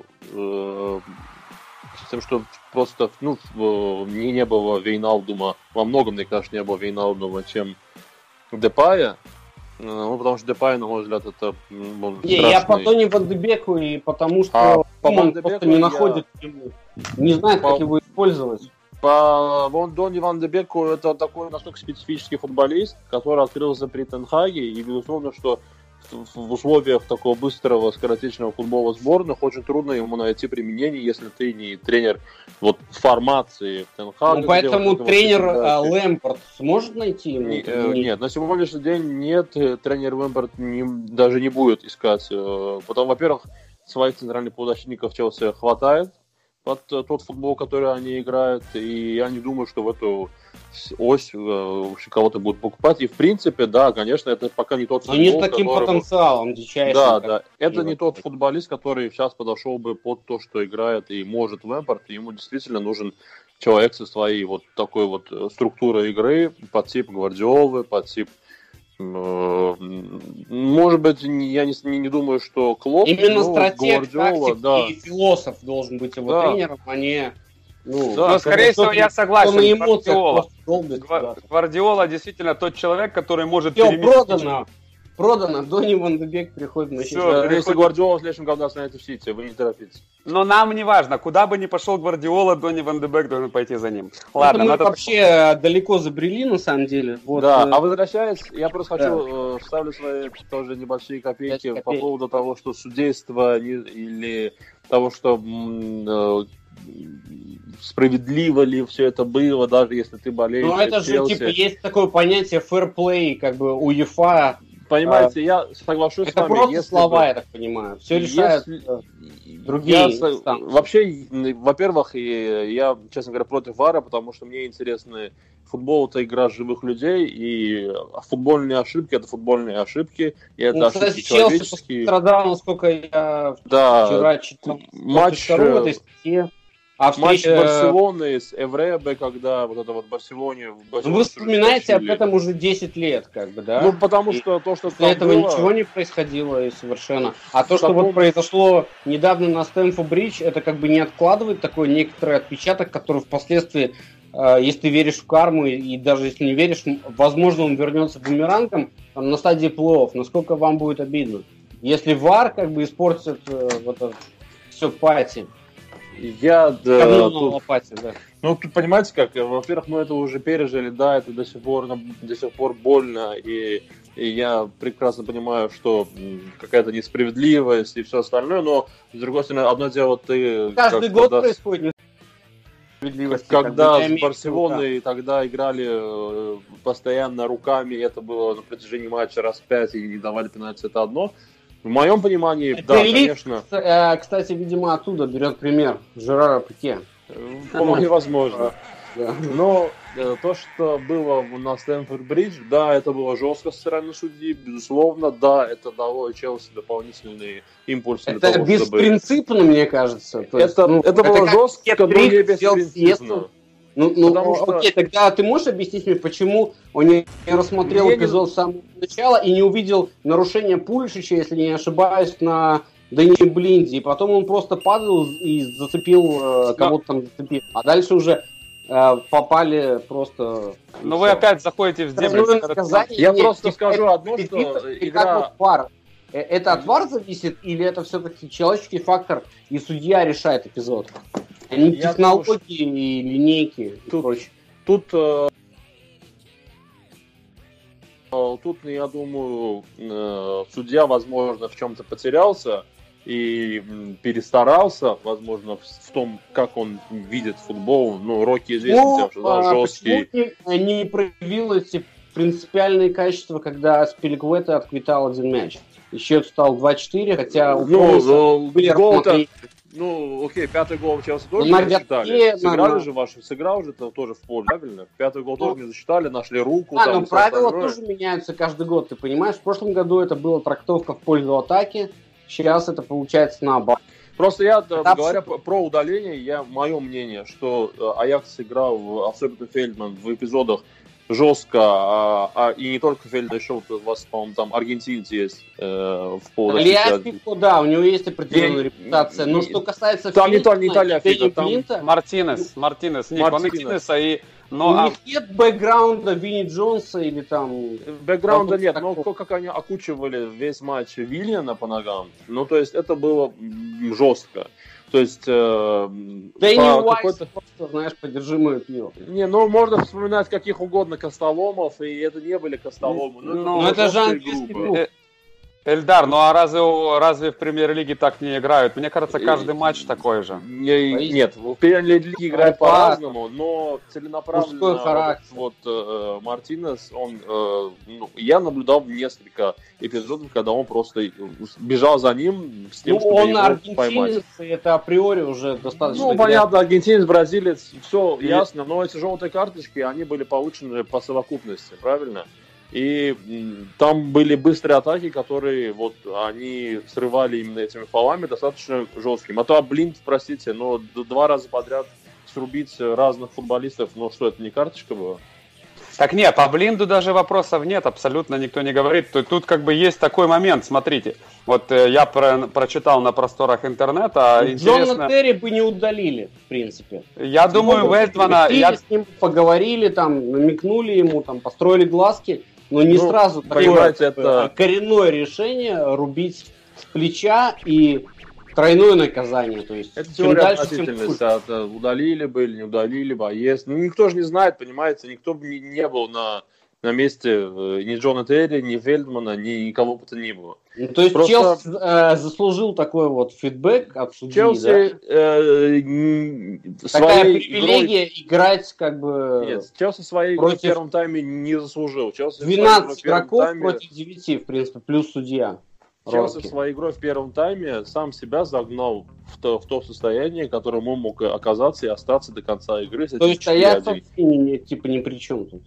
просто не было Вейналдума. Во многом, мне кажется, не было Вейналдума, чем Депая. Ну, потому что Депай, на мой взгляд, это страшный... Я по Донни Ван де Беку и потому что он просто не находит, не знает, как его использовать. По Донни Ван де Беку это такой настолько специфический футболист, который открылся при Тен Хаге, и безусловно, что в условиях такого быстрого, скоротечного футбола сборных очень трудно ему найти применение, если ты не тренер формации Тен Хага. Ну, поэтому тренер Лэмпард сможет найти ему? Нет, на сегодняшний день нет, тренер Лэмпард даже не будет искать. Потому, во-первых, своих центральных полузащитников Челси хватает под тот футбол, который они играют, и я не думаю, что в эту ось кого-то будут покупать. И в принципе, да, конечно, это пока не тот футбол, не с таким потенциалом дичайшим. Да, это не тот футболист, который сейчас подошел бы под то, что играет и может Лэмпард. Ему действительно нужен человек со своей вот такой вот структурой игры, под тип Гвардиолы, под тип... Может быть, я не думаю, что Клоп, именно стратег, тактик и философ должен быть его тренером, а не... но, скорее всего, я согласен. Гвардиола действительно тот человек, который может переместить... Продано. Донни Ван де Бек приходит на счет. Если Гвардиола в следующем году останется в Сити, вы не торопитесь. Но нам не важно, куда бы ни пошел Гвардиола, Донни Ван де Бек должен пойти за ним. Ладно, мы вообще далеко забрели, на самом деле. Вот, да, а возвращаясь, я просто хочу вставлю свои тоже небольшие копейки по поводу того, что судейство или того, что справедливо ли все это было, даже если ты болеешь. Ну это же типа есть такое понятие fair play, как бы УЕФА. Понимаете, я соглашусь с вами. Это просто слова, я так понимаю. Все решают другие инстанции. Вообще, во-первых, я, честно говоря, против ВАРа, потому что мне интересны футбол — это игра живых людей, и футбольные ошибки — это футбольные ошибки, и это ошибки человеческие. Челси пострадал, насколько я вчера читал. Матч Барселоны с Эвребе, когда вот это вот Барселоне... Вы вспоминаете об этом уже 10 лет, как бы, да? Ну, потому что то, что там этого было... ничего не происходило совершенно. А то, что вот произошло недавно на Стэмфорд-Бридж, это как бы не откладывает такой некоторый отпечаток, который впоследствии, если ты веришь в карму, и даже если не веришь, возможно, он вернется бумерангом там, на стадии плей-офф. Насколько вам будет обидно? Если ВАР как бы испортит вот это все пати. Я Говно на тут, лопате, да. ну, тут понимаете как, во-первых, мы это уже пережили, да, это до сих пор больно, и я прекрасно понимаю, что какая-то несправедливость и все остальное, но, с другой стороны, одно дело ты... Каждый год происходит несправедливость. Когда с Барселоной тогда играли постоянно руками, это было на протяжении матча раз 5 и не давали пенальти, это одно. В моем понимании, да, конечно. Кстати, видимо, оттуда берет пример Жерара Пике. Вполне возможно. Да. Но то, что было на Стэнфорд-Бридж, да, это было жестко со стороны судьи, безусловно, да, это дало Челси дополнительные импульсы для Это того, чтобы... беспринципно, мне кажется. То есть, это было жестко, но не беспринципно. Ну, окей, тогда ты можешь объяснить мне, почему он не рассмотрел эпизод с самого начала и не увидел нарушения Пулишича, если не ошибаюсь, на Дани Блинди, и потом он просто падал и зацепил, кого-то там зацепил, а дальше уже попали просто... Ну вы опять заходите в дебри. Я просто скажу одно, что игра... Это от ВАР зависит, или это все-таки человеческий фактор, и судья решает эпизод? А не технологии и линейки и прочее. Тут, я думаю, судья, возможно, в чем-то потерялся и перестарался, возможно, в том, как он видит футбол. Ну, Рокки известен тем, что да, жесткий. Почему не проявил эти принципиальные качества, когда Спиликвета отквитал один мяч? И счет стал 2-4, хотя у были рассмотрения. Ну, окей, пятый гол Челси тоже не засчитали. Сыграл же тоже в поле, правильно? Пятый гол тоже не засчитали, нашли руку. Да, но правила тоже меняются каждый год, ты понимаешь? В прошлом году это была трактовка в пользу атаки, сейчас это получается наоборот. Просто говоря про удаление, мое мнение, что Аякс играл, особенно Фельдман, в эпизодах жестко, и не только Фельдман, еще вот у вас, по-моему, там аргентинец есть в полузащите. Да, у него есть определенная репутация, но что касается там Фельдмана, не Таляфига, там Мартинес, Ник, он Мартинеса, и... Но, у них нет бэкграунда Винни Джонса или там... Бэкграунда нет, но как они окучивали весь матч Вильяна по ногам, ну, то есть это было жестко. То есть... Дэнни Уайс просто, знаешь, подержи мое пиво. Не, ну, можно вспоминать каких угодно костоломов, и это не были костоломы. Ну, это же английский клуб. Эльдар, ну а разве в премьер-лиге так не играют? Мне кажется, каждый матч такой же. Нет, в премьер-лиге играют по-разному, но целенаправленно вот Мартинес, я наблюдал несколько эпизодов, когда он просто бежал за ним с тем, чтобы его поймать. Это априори уже достаточно... Ну, понятно, аргентинец, бразилец, все ясно, но эти желтые карточки, они были получены по совокупности, правильно? И там были быстрые атаки, которые вот они срывали именно этими фолами достаточно жесткими. А то Блинд, простите, но 2 раза подряд срубить разных футболистов, ну что, это не карточка была? Так нет, по Блинду даже вопросов нет, абсолютно никто не говорит. Тут как бы есть такой момент, смотрите. Вот я прочитал на просторах интернета. Джона Терри бы не удалили, в принципе. Я думаю, Вельдмана... С ним поговорили, там, намекнули ему, там, построили глазки. Но не сразу такое коренное решение рубить с плеча и тройное наказание. То есть, это теория относительности. Удалили бы или не удалили бы, есть. Ну, никто же не знает, понимаете, никто бы не был на месте ни Джона Терри, ни Фельдмана, ни кого бы то ни было. Ну, то есть Челси заслужил такой вот фидбэк от судьи, Челси, такая привилегия играть как бы... Нет, Челси своей игрой в первом тайме не заслужил. Челси 12 игроков против 9, в принципе, плюс судья. Челси своей игрой в первом тайме сам себя загнал в то состояние, в котором он мог оказаться и остаться до конца игры. То есть Аякс типа ни при чем тут?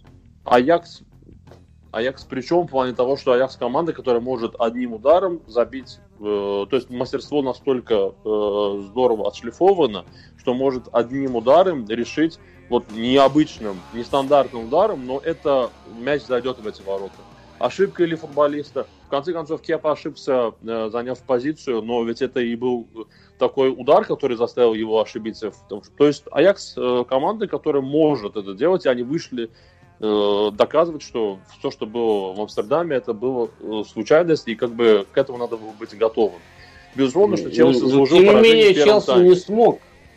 Аякс причем в плане того, что Аякс команда, которая может одним ударом забить, то есть мастерство настолько здорово отшлифовано, что может одним ударом решить вот необычным, нестандартным ударом, но это мяч зайдет в эти ворота. Ошибка или футболиста. В конце концов, Кепа ошибся, заняв позицию, но ведь это и был такой удар, который заставил его ошибиться. То есть Аякс команда, которая может это делать, и они вышли доказывать, что все, что было в Амстердаме, это было случайность, и как бы к этому надо было быть готовым. Безусловно, что Челси заслужил поражение в первом тайме. Челси не смог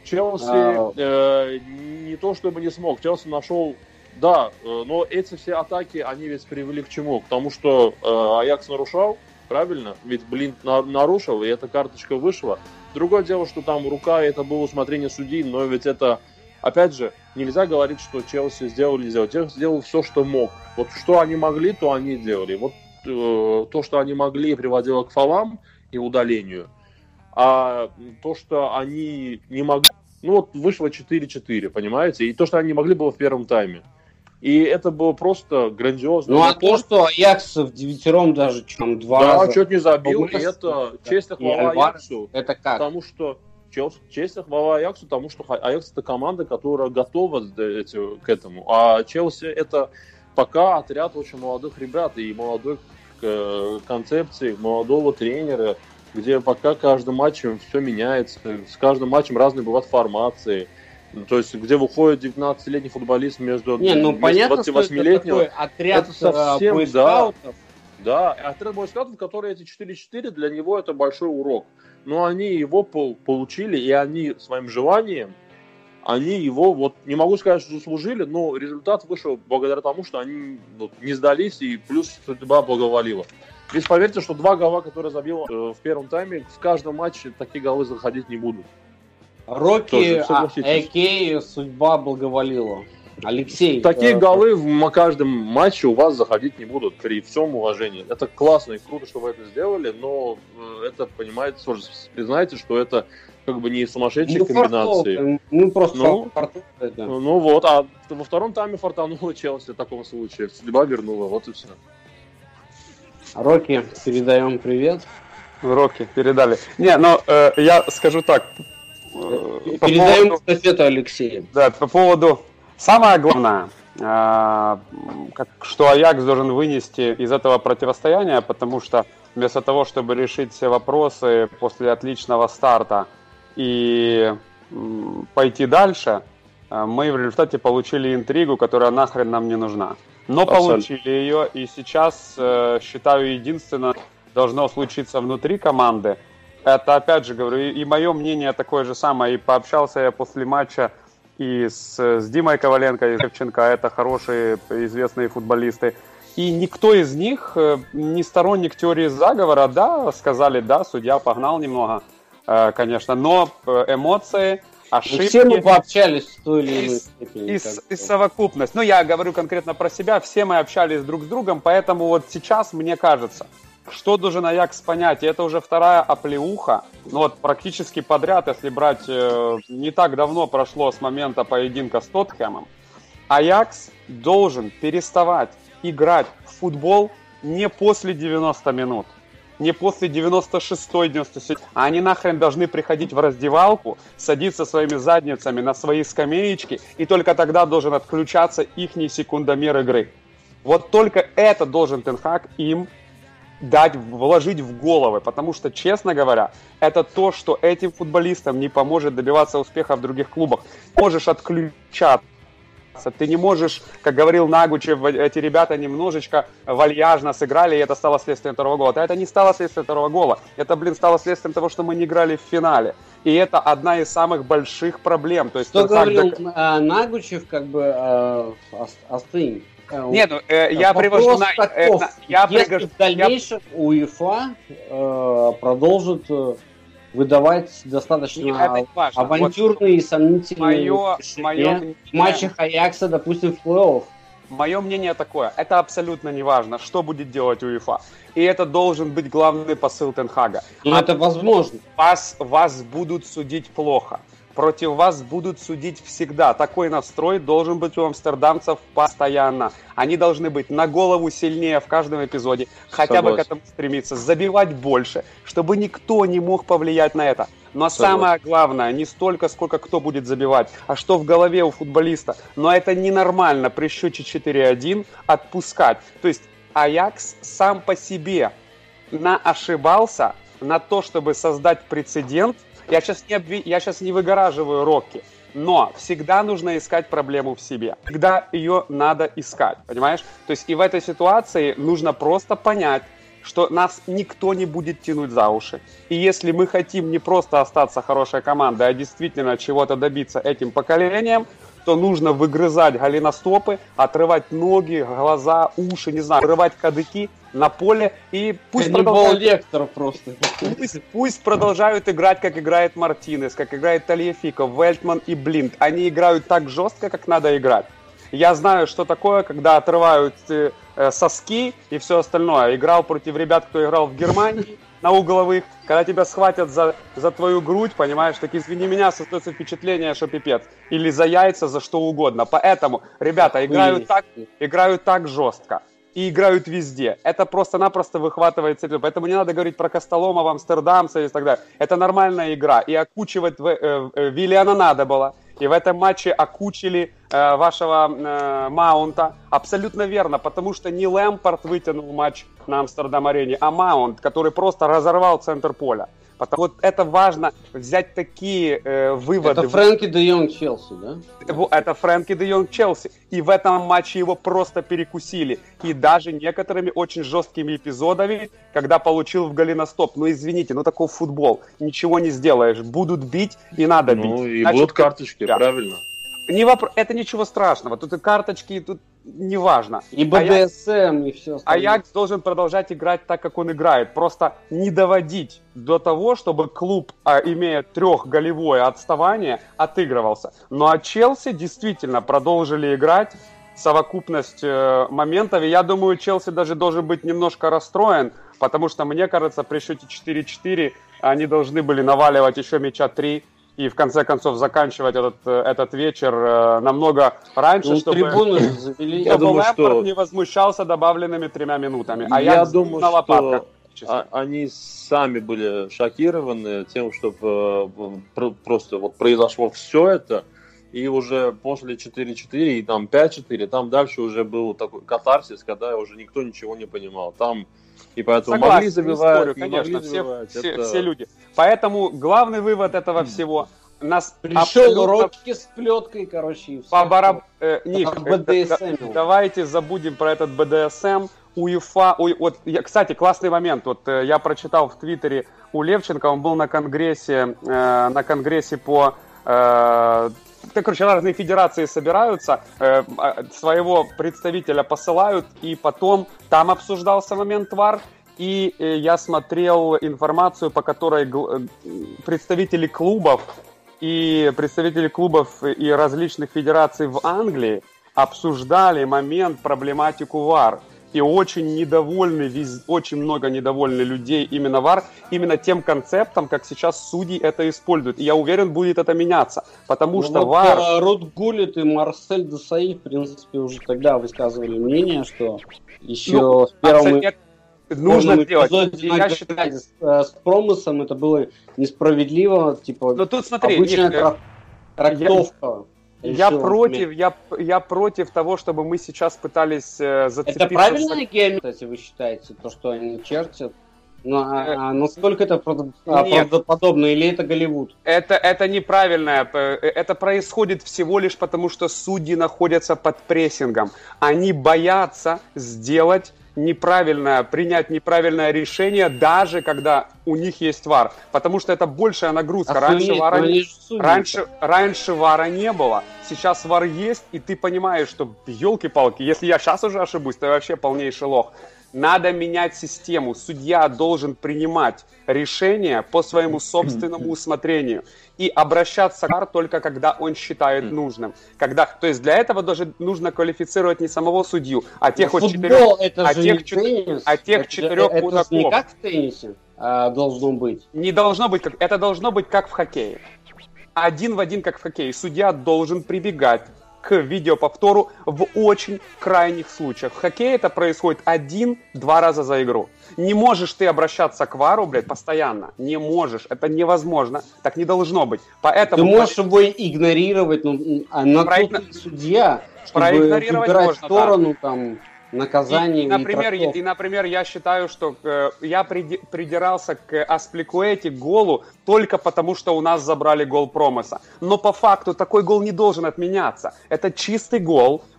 Челси не то чтобы не смог, Челси нашел, да, но эти все атаки, они ведь привели к чему? К тому, что Аякс нарушал, правильно? Ведь Блинд нарушил, и эта карточка вышла. Другое дело, что там рука, это было усмотрение судей, но ведь это, опять же, нельзя говорить, что Челси сделал. Челси сделал все, что мог. Вот что они могли, то они делали. Вот то, что они могли, приводило к фолам и удалению. А то, что они не могли... Ну вот вышло 4-4, понимаете? И то, что они не могли, было в первом тайме. И это было просто грандиозно. Ну а то, что Аякс в девятером даже там 2 раза... Да, чуть не забил, и это честь и хвала Аяксу. Это как? Потому что честь и хвала Аяксу, потому что Аякс это команда, которая готова к этому. А Челси это пока отряд очень молодых ребят и молодой концепции, молодого тренера, где пока каждым матчем все меняется, с каждым матчем разные бывают формации. То есть, где выходит 19-летний футболист между 28-летним. Отряд это совсем, бойскаутов. Да, отряд бойскаутов, которые эти 4-4, для него это большой урок. Но они его получили, и они своим желанием, они его, вот не могу сказать, что заслужили, но результат вышел благодаря тому, что они не сдались, и плюс судьба благоволила. Ведь поверьте, что 2 гола, которые забил в первом тайме, в каждом матче такие голы заходить не будут. Рокки, Экей, судьба благоволила. Алексей. Такие голы в каждом матче у вас заходить не будут, при всем уважении. Это классно и круто, что вы это сделали, но это, понимаете, признайте, что это как бы не сумасшедшие комбинации. Ну вот, а во втором тайме фартануло Челси в таком случае. Судьба вернула, вот и все. Рокки, передаем привет. Рокки, передали. Не, но я скажу так. Передаем эстафету Алексею. Да, по поводу... Самое главное, что Аякс должен вынести из этого противостояния, потому что вместо того, чтобы решить все вопросы после отличного старта и пойти дальше, мы в результате получили интригу, которая нахрен нам не нужна. Но получили ее, и сейчас, считаю, единственное должно случиться внутри команды. Это, опять же, говорю, и мое мнение такое же самое, и пообщался я после матча и с Димой Коваленко, и Шевченко, это хорошие, известные футболисты. И никто из них не сторонник теории заговора, да, сказали, да, судья погнал немного, конечно, но эмоции, ошибки... Все мы пообщались в той или иной степени. И совокупность. Ну, я говорю конкретно про себя, все мы общались друг с другом, поэтому вот сейчас, мне кажется, что должен Аякс понять, и это уже вторая оплеуха, ну вот практически подряд, если брать, не так давно прошло с момента поединка с Тоттенхэмом, Аякс должен переставать играть в футбол не после 90 минут, не после 96-й, 97-й, а они нахрен должны приходить в раздевалку, садиться своими задницами на свои скамеечки, и только тогда должен отключаться ихний секундомер игры. Вот только это должен Тен Хаг им дать, вложить в головы, потому что, честно говоря, это то, что этим футболистам не поможет добиваться успеха в других клубах. Можешь отключаться, ты не можешь, как говорил Нагучев, эти ребята немножечко вальяжно сыграли, и это стало следствием второго гола. А это не стало следствием второго гола, это, стало следствием того, что мы не играли в финале. И это одна из самых больших проблем. То есть, что говорил Нагучев, как бы остынь. Нет, ну, я привожу на... Если в дальнейшем УЕФА продолжит выдавать достаточно авантюрные и сомнительные решения в матчах Аякса, допустим, в плей-офф. Мое мнение такое, это абсолютно не важно, что будет делать УЕФА. И это должен быть главный посыл Тен Хага. Но это возможно. Вас будут судить плохо. Против вас будут судить всегда. Такой настрой должен быть у амстердамцев постоянно. Они должны быть на голову сильнее в каждом эпизоде, хотя бы к этому стремиться, забивать больше, чтобы никто не мог повлиять на это. Но самое главное, не столько, сколько кто будет забивать, а что в голове у футболиста. Но это ненормально при счете 4-1 отпускать. То есть Аякс сам по себе ошибался на то, чтобы создать прецедент. Я сейчас не выгораживаю Рокки, но всегда нужно искать проблему в себе. Всегда ее надо искать, понимаешь? То есть и в этой ситуации нужно просто понять, что нас никто не будет тянуть за уши. И если мы хотим не просто остаться хорошей командой, а действительно чего-то добиться этим поколением, то нужно выгрызать голеностопы, отрывать ноги, глаза, уши, не знаю, отрывать кадыки на поле и пусть лектор просто. Пусть продолжают играть, как играет Мартинес, как играет Тальефико, Вельтман и Блинд. Они играют так жестко, как надо играть. Я знаю, что такое, когда отрывают соски и все остальное. Играл против ребят, кто играл в Германии на угловых. Когда тебя схватят за твою грудь, понимаешь, так извини меня, создается впечатление, что пипец. Или за яйца, за что угодно. Поэтому ребята играют так жестко. И играют везде. Это просто-напросто выхватывает цель. Поэтому не надо говорить про Костоломов, амстердамца и так далее. Это нормальная игра. И окучивать Виллиана надо было. И в этом матче окучили вашего Маунта. Абсолютно верно, потому что не Лэмпард вытянул матч на Амстердам-арене, а Маунт, который просто разорвал центр поля. Потому вот это важно взять такие выводы. Это Фрэнки де Йонг Челси, да? Это Фрэнки де Йонг Челси. И в этом матче его просто перекусили. И даже некоторыми очень жесткими эпизодами, когда получил в голеностоп. Ну извините, такой футбол. Ничего не сделаешь. Будут бить и надо бить. Ну и будут карточки, правильно. Это ничего страшного. Тут и карточки, тут не важно. И БДСМ, и все остальное. Аякс должен продолжать играть так, как он играет. Просто не доводить до того, чтобы клуб, имея 3-голевое отставание, отыгрывался. Ну а Челси действительно продолжили играть. Совокупность моментов. И я думаю, Челси даже должен быть немножко расстроен, потому что, мне кажется, при счете 4-4 они должны были наваливать еще мяча 3. И в конце концов заканчивать этот вечер намного раньше, чтобы Лэмпард не возмущался добавленными 3 минутами. А я думаю, на лопатках. Они сами были шокированы тем, что просто вот произошло все это, и уже после 4-4 и там 5-4, там дальше уже был такой катарсис, когда уже никто ничего не понимал. Там и поэтому согласен, могли забивать, спорю, конечно, могли забивать. Все люди. Поэтому главный вывод этого всего нас пришел Рокки с плеткой, короче, давайте забудем про этот БДСМ. УЕФА, кстати, классный момент. Вот я прочитал в Твиттере у Левченко, он был на конгрессе по разные федерации собираются, своего представителя посылают, и потом там обсуждался момент ВАР, и я смотрел информацию, по которой представители клубов и различных федераций в Англии обсуждали проблематику ВАР. И очень много недовольны людей именно ВАР, именно тем концептом, как сейчас судьи это используют. И я уверен, будет это меняться, потому что ВАР... Рут Гуллит и Марсель Десаи, в принципе, уже тогда высказывали мнение, что еще в первом... Нужно делать. Я считаю, с Промысом это было несправедливо, типа, тут, смотри, обычная трактовка. Я против того, чтобы мы сейчас пытались зацепиться... Это правильная геометрия, вы считаете, то, что они чертят? Насколько это правдоподобно, или это Голливуд? Это неправильно. Это происходит всего лишь потому, что судьи находятся под прессингом. Они боятся принять неправильное решение, даже когда у них есть ВАР. Потому что это большая нагрузка. Раньше ВАРа не было. Сейчас ВАР есть, и ты понимаешь, что, елки-палки, если я сейчас уже ошибусь, то я вообще полнейший лох. Надо менять систему. Судья должен принимать решения по своему собственному усмотрению и обращаться к ВАР только когда он считает нужным. То есть для этого даже нужно квалифицировать не самого судью, а тех четырех мудаков. Это не как в теннисе должно быть. Не должно быть, это должно быть как в хоккее. Один в один, как в хоккее. Судья должен прибегать к видеоповтору в очень крайних случаях. В хоккее это происходит 1-2 раза за игру. Не можешь ты обращаться к ВАРу, постоянно. Не можешь. Это невозможно. Так не должно быть. Поэтому... Ты можешь его игнорировать, но судья, чтобы выбирать можно, сторону, там, наказание. Например, я считаю, что я придирался к Аспиликуэте, к голу, только потому, что у нас забрали гол Промыса. Но по факту такой гол не должен отменяться. Это чистый гол.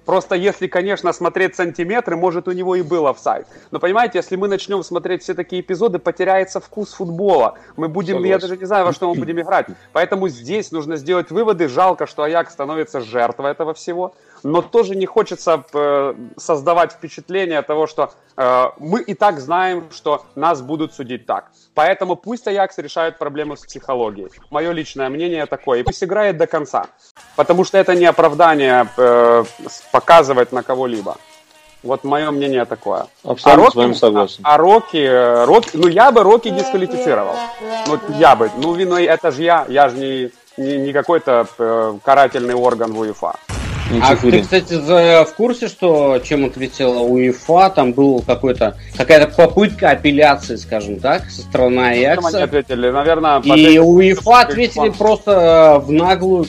Просто если, конечно, смотреть сантиметры, может, у него и был офсайд. Но понимаете, если мы начнем смотреть все такие эпизоды, потеряется вкус футбола. Мы будем, Согласен. я даже не знаю, во что мы будем играть. Поэтому здесь нужно сделать выводы. Жалко, что Аякс становится жертвой этого всего. Но тоже не хочется создавать впечатление того, что мы и так знаем, что нас будут судить так. Поэтому пусть Аякс решает проблему с психологией. Мое личное мнение такое. И пусть играет до конца. Потому что это не оправдание показывать на кого-либо. Вот мое мнение такое. Абсолютно с вами согласен. А Рокки, ну я бы Рокки дисквалифицировал. Вот я бы. Ну это же я же не какой-то карательный орган в УЕФА. А ты, кстати, в курсе, что чем ответила УЕФА? Там была какая-то попытка апелляции, скажем так, со стороны Аякса. Они ответили, наверное, и УЕФА ответили просто в наглую,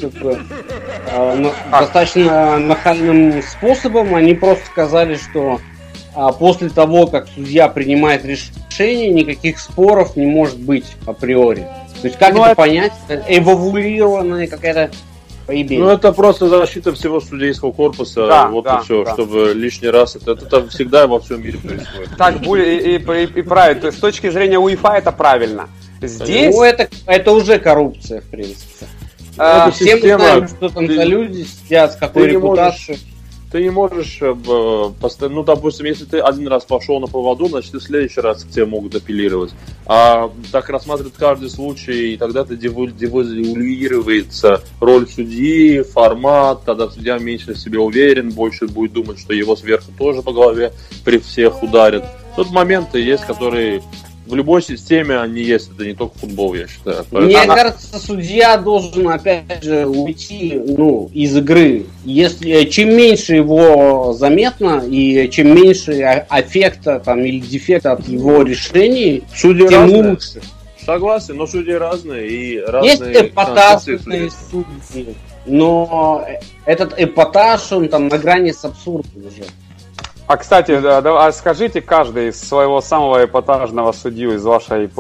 достаточно нахальным способом. Они просто сказали, что после того, как судья принимает решение, никаких споров не может быть априори. То есть как это понять? Эволюированная какая-то поебень. Ну, это просто защита всего судейского корпуса, и все, чтобы лишний раз это всегда во всем мире происходит. Так будет и правильно. То есть с точки зрения УЕФА это правильно. Здесь... Ну, это уже коррупция, в принципе. Все мы знаем, что там за люди сидят, с какой репутацией. Ты не можешь постоянно, ну, допустим, если ты один раз пошел на поводу, значит, и в следующий раз к тебе могут апеллировать. А так рассматривают каждый случай, и тогда девальвируется роль судьи, формат, тогда судья меньше в себе уверен, больше будет думать, что его сверху тоже по голове при всех ударят. Тут моменты есть, которые в любой системе они есть, это не только футбол, я считаю. Мне кажется, судья должен, опять же, уйти из игры. Если чем меньше его заметно, и чем меньше аффекта или дефекта от его решений, судьи тем разные. лучше. Согласен, но судьи разные, и разные... Есть эпатажные судьи, но этот эпатаж, он там на грани с абсурдом уже. А, кстати, скажите каждый из своего самого эпатажного судью из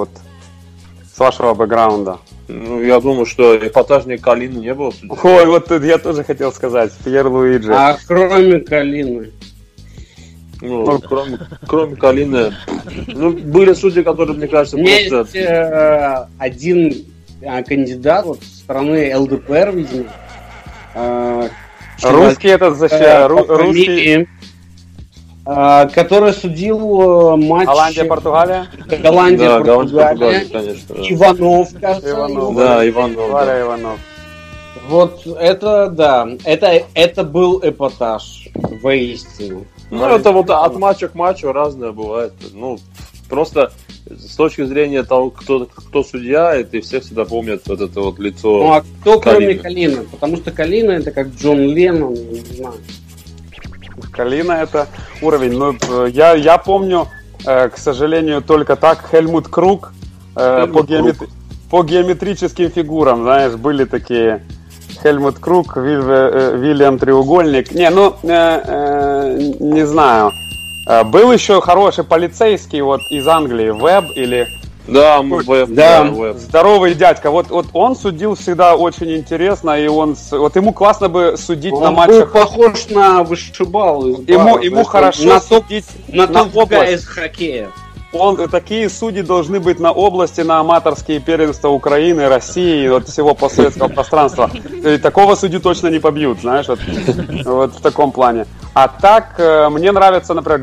с вашего бэкграунда. Ну, я думаю, что эпатажнее Калины не было судьи. Ой, вот тут я тоже хотел сказать. Пьер Луиджи. А кроме Калины? Ну, кроме Калины. Ну, были судьи, которые, мне кажется, есть просто... Есть один кандидат со стороны ЛДПР, видимо. Русский этот русский... который судил матч... Голландия-Португалия? Голландия-Португалия, конечно. Да. Иванов, кажется. Иванов. Вот это, да. Это был эпатаж, воистину. Ну, это вот от матча к матчу разное бывает. Ну, просто с точки зрения того, кто судья, и все всегда помнят вот это вот лицо. Ну, а кто кроме Калины? Потому что Калина это как Джон Леннон, не знаю. Калина это уровень. Но я помню, к сожалению, только так Хельмут Круг по геометрическим фигурам, знаешь, были такие Хельмут Круг, Вильям Треугольник. Не знаю. Был еще хороший полицейский из Англии, Веб или... Да, Веб. Здоровый дядька. Вот он судил всегда очень интересно, и ему классно бы судить на матчах. Он был похож на вышибал. Ему хорошо судить на топ-га из хоккея. Такие судьи должны быть на области, на аматорские первенства Украины, России, всего постсоветского пространства. И такого судью точно не побьют, знаешь, вот в таком плане. А так, мне нравится, например,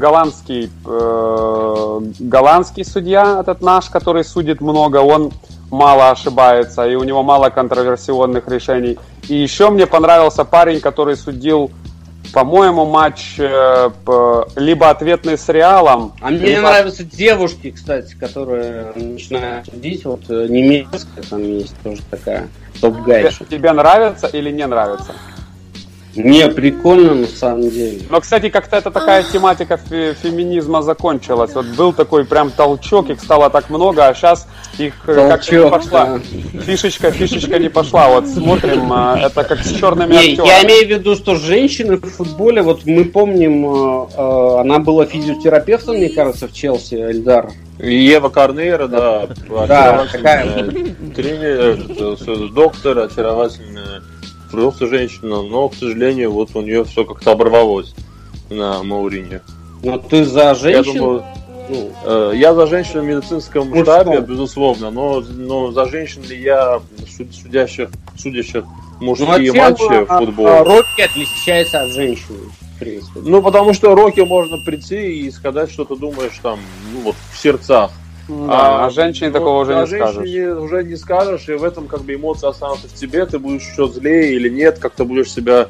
голландский судья, этот наш, который судит много, он мало ошибается, и у него мало контроверсионных решений. И еще мне понравился парень, который судил, по-моему, матч либо ответный с Реалом. А мне нравятся девушки, кстати, которые начинают судить. Вот немецкая там есть тоже такая топ-гайша. Тебе нравится или не нравится? Не, прикольно на самом деле. Но, кстати, как-то это такая тематика феминизма закончилась. Вот был такой прям толчок, их стало так много, а сейчас их как-то не пошла. Да. Фишечка не пошла. Вот смотрим, это как с черными актерами. Я имею в виду, что женщины в футболе, вот мы помним, она была физиотерапевтом, мне кажется, в Челси, Эльдар. Ева Корнейра, да. Да, такая. Тренер, доктор, очаровательная просто женщина, но, к сожалению, вот у нее все как-то оборвалось на Мауриньо. Но ты за женщин? Я за женщин в медицинском штабе, безусловно, но за женщин ли я судящих мужские матчи в футболе. Рокки отличается от женщин, в принципе. Ну, потому что Рокки можно прийти и сказать, что ты думаешь там, вот в сердцах. А женщине такого уже не скажешь. Женщине уже не скажешь, и в этом как бы эмоции останутся в тебе, ты будешь еще злее или нет, как ты будешь себя...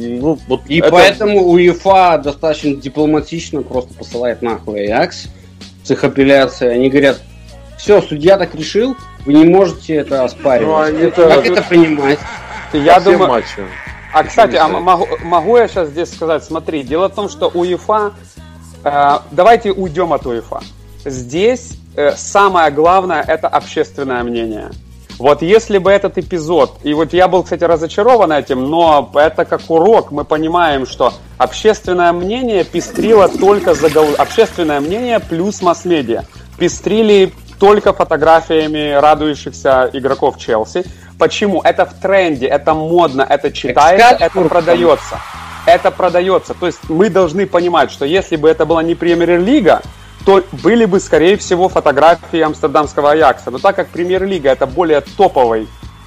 Поэтому УЕФА достаточно дипломатично просто посылает нахуй Аякс с их апелляцией. Они говорят, все, судья так решил, вы не можете это оспаривать. Как это принимать? Я думаю... кстати, могу я сейчас здесь сказать, смотри, дело в том, что УЕФА... давайте уйдем от УЕФА. Здесь самое главное – это общественное мнение. Вот если бы этот эпизод, и вот я был, кстати, разочарован этим, но это как урок, мы понимаем, что общественное мнение пестрило только общественное мнение плюс масс-медиа. Пестрили только фотографиями радующихся игроков Челси. Почему? Это в тренде, это модно, это читается, это продается. Это продается. То есть мы должны понимать, что если бы это была не Премьер-лига, то были бы, скорее всего, фотографии амстердамского Аякса. Но так как Премьер-лига это более топовый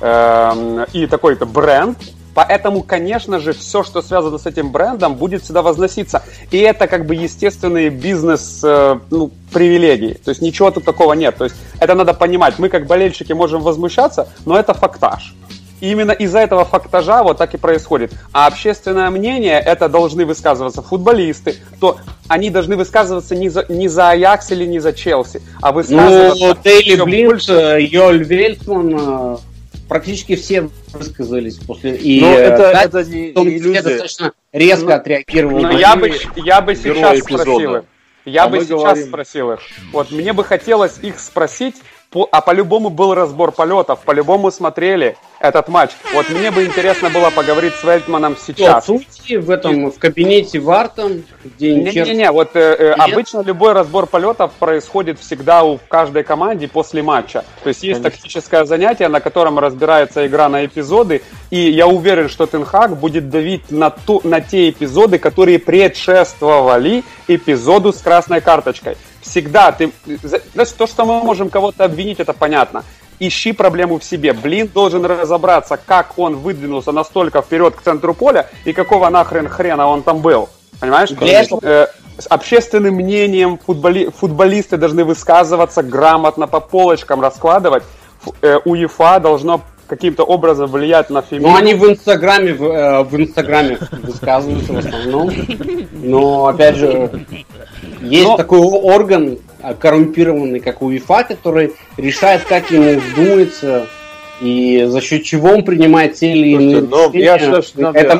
и такой-то бренд, поэтому, конечно же, все, что связано с этим брендом, будет всегда возноситься. И это как бы естественный бизнес-привилегии. То есть ничего тут такого нет. То есть это надо понимать. Мы как болельщики можем возмущаться, но это фактаж. И именно из-за этого фактажа вот так и происходит. А общественное мнение, это должны высказываться футболисты, то они должны высказываться не за Аякс или не за Челси, а высказываться... Ну, Дейли Блинт, Йоль Вельтман, практически все высказались после... И это не иллюзия. Достаточно резко отреагировал. Но я бы сейчас спросил их. Спросил их. Вот мне бы хотелось их спросить, по-любому был разбор полетов, по-любому смотрели этот матч. Вот мне бы интересно было поговорить с Вельтманом сейчас. Судьи в кабинете ВАР там, где обычно любой разбор полетов происходит всегда в каждой команде после матча. То есть есть тактическое занятие, на котором разбирается игра на эпизоды, и я уверен, что Тен Хаг будет давить на те эпизоды, которые предшествовали эпизоду с красной карточкой. Всегда то, что мы можем кого-то обвинить, это понятно. Ищи проблему в себе. Блин должен разобраться, как он выдвинулся настолько вперед к центру поля и какого нахрен хрена он там был. Понимаешь? С общественным мнением футболисты должны высказываться грамотно, по полочкам раскладывать. УЕФА должно каким-то образом влиять на феминизм. Ну, они в Инстаграме высказываются в основном. Но, опять же, есть такой орган коррумпированный, как УЕФА, который решает, как ему вздумается и за счет чего он принимает те или иные решения. Я считаю, что надо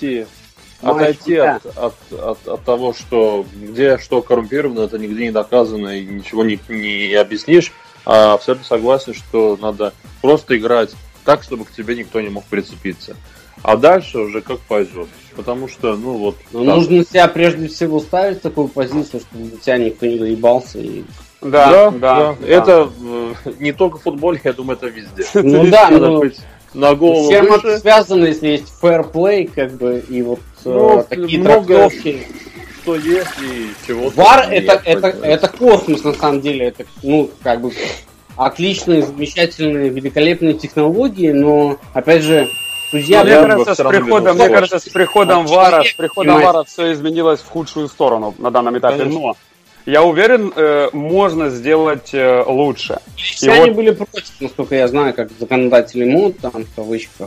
отойти от того, что где что коррумпировано, это нигде не доказано и ничего не объяснишь. А абсолютно согласен, что надо просто играть так, чтобы к тебе никто не мог прицепиться. А дальше уже как пойдет. Потому что, нужно себя прежде всего ставить в такую позицию, чтобы на тебя никто не доебался. Да. Это не только в футболе, я думаю, это везде. На голову с чем это связано, если есть фэрплей, как бы, и вот такие трактовки. Что есть и чего. ВАР это космос, на самом деле. Это, отличные, замечательные, великолепные технологии, но, опять же, судья... Мне кажется, с приходом ВАРа все изменилось в худшую сторону на данном этапе. Но я уверен, можно сделать лучше. Все они были против, насколько я знаю, как законодатели МОД, там, в кавычках.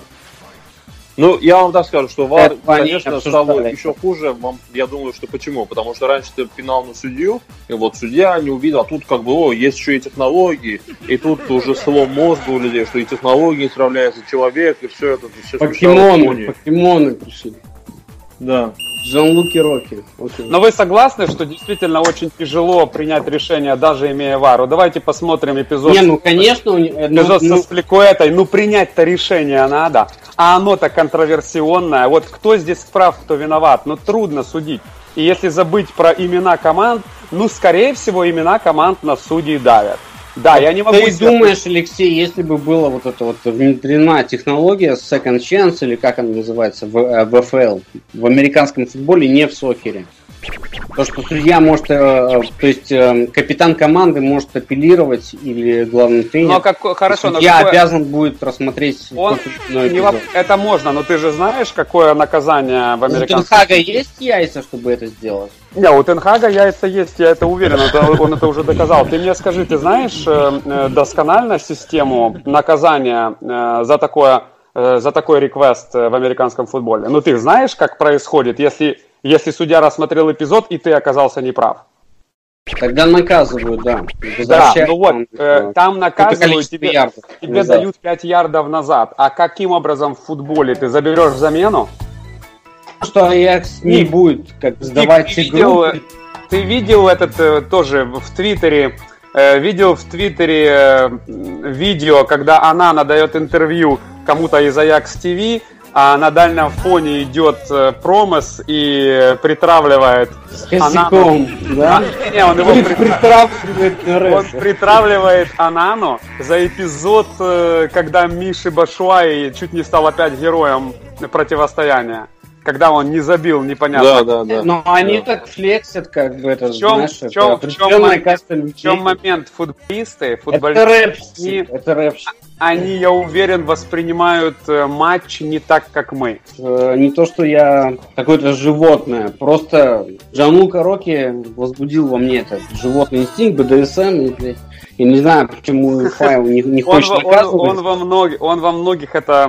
Я вам так скажу, что ВАР, конечно, стало еще хуже. Я думаю, что почему? Потому что раньше ты пинал на судью, и вот судья не увидел, а тут есть еще и технологии, и тут уже слом мозга у людей, что и технологии справляется человек, и все это. Покемоны пришли. Да. Жан-Луки Рокки. Но вы согласны, что действительно очень тяжело принять решение, даже имея ВАРу? Давайте посмотрим эпизод. Конечно. Эпизод со Спликуэтой. Принять-то решение надо. А оно-то контроверсионное. Вот кто здесь прав, кто виноват? Трудно судить. И если забыть про имена команд, скорее всего, имена команд на судей давят. Да, я не могу... Ты думаешь, Алексей, если бы была вот эта вот внедрена технология Second Chance, или как она называется, в ФЛ, в американском футболе, не в сокере? То, что судья может, то есть капитан команды может апеллировать, или главный тренер, судья обязан будет рассмотреть это можно, но ты же знаешь, какое наказание в американском... У Тен Хага есть яйца, чтобы это сделать? Не, у Тен Хага яйца есть, я это уверен, он это уже доказал. Ты мне скажи, ты знаешь досконально систему наказания за такой реквест в американском футболе? Ну, ты знаешь, как происходит, если судья рассмотрел эпизод, и ты оказался неправ? Тогда наказывают, да. Да, ну вот, там наказывают, тебе дают 5 ярдов назад. А каким образом в футболе ты заберешь замену? Что Аякс не будет как сдавать игру. Ты видел этот тоже в Твиттере, видео, когда Онана дает интервью кому-то из Аякс ТВ, а на дальнем фоне идет Промес и притравливает Онану. Да? Не, он его притравливает Онану за эпизод, когда Миши Башуай чуть не стал опять героем противостояния. Когда он не забил, непонятно. Да. Но они так флексят, как бы это, в чем момент? Футболисты, это рэпщик. Они, я уверен, воспринимают матч не так, как мы. Не то, что я какое-то животное, просто Джанлука Рокки возбудил во мне этот животный инстинкт, БДСМ, и, я не знаю, почему Файл не хочет наказывать. Он во многих это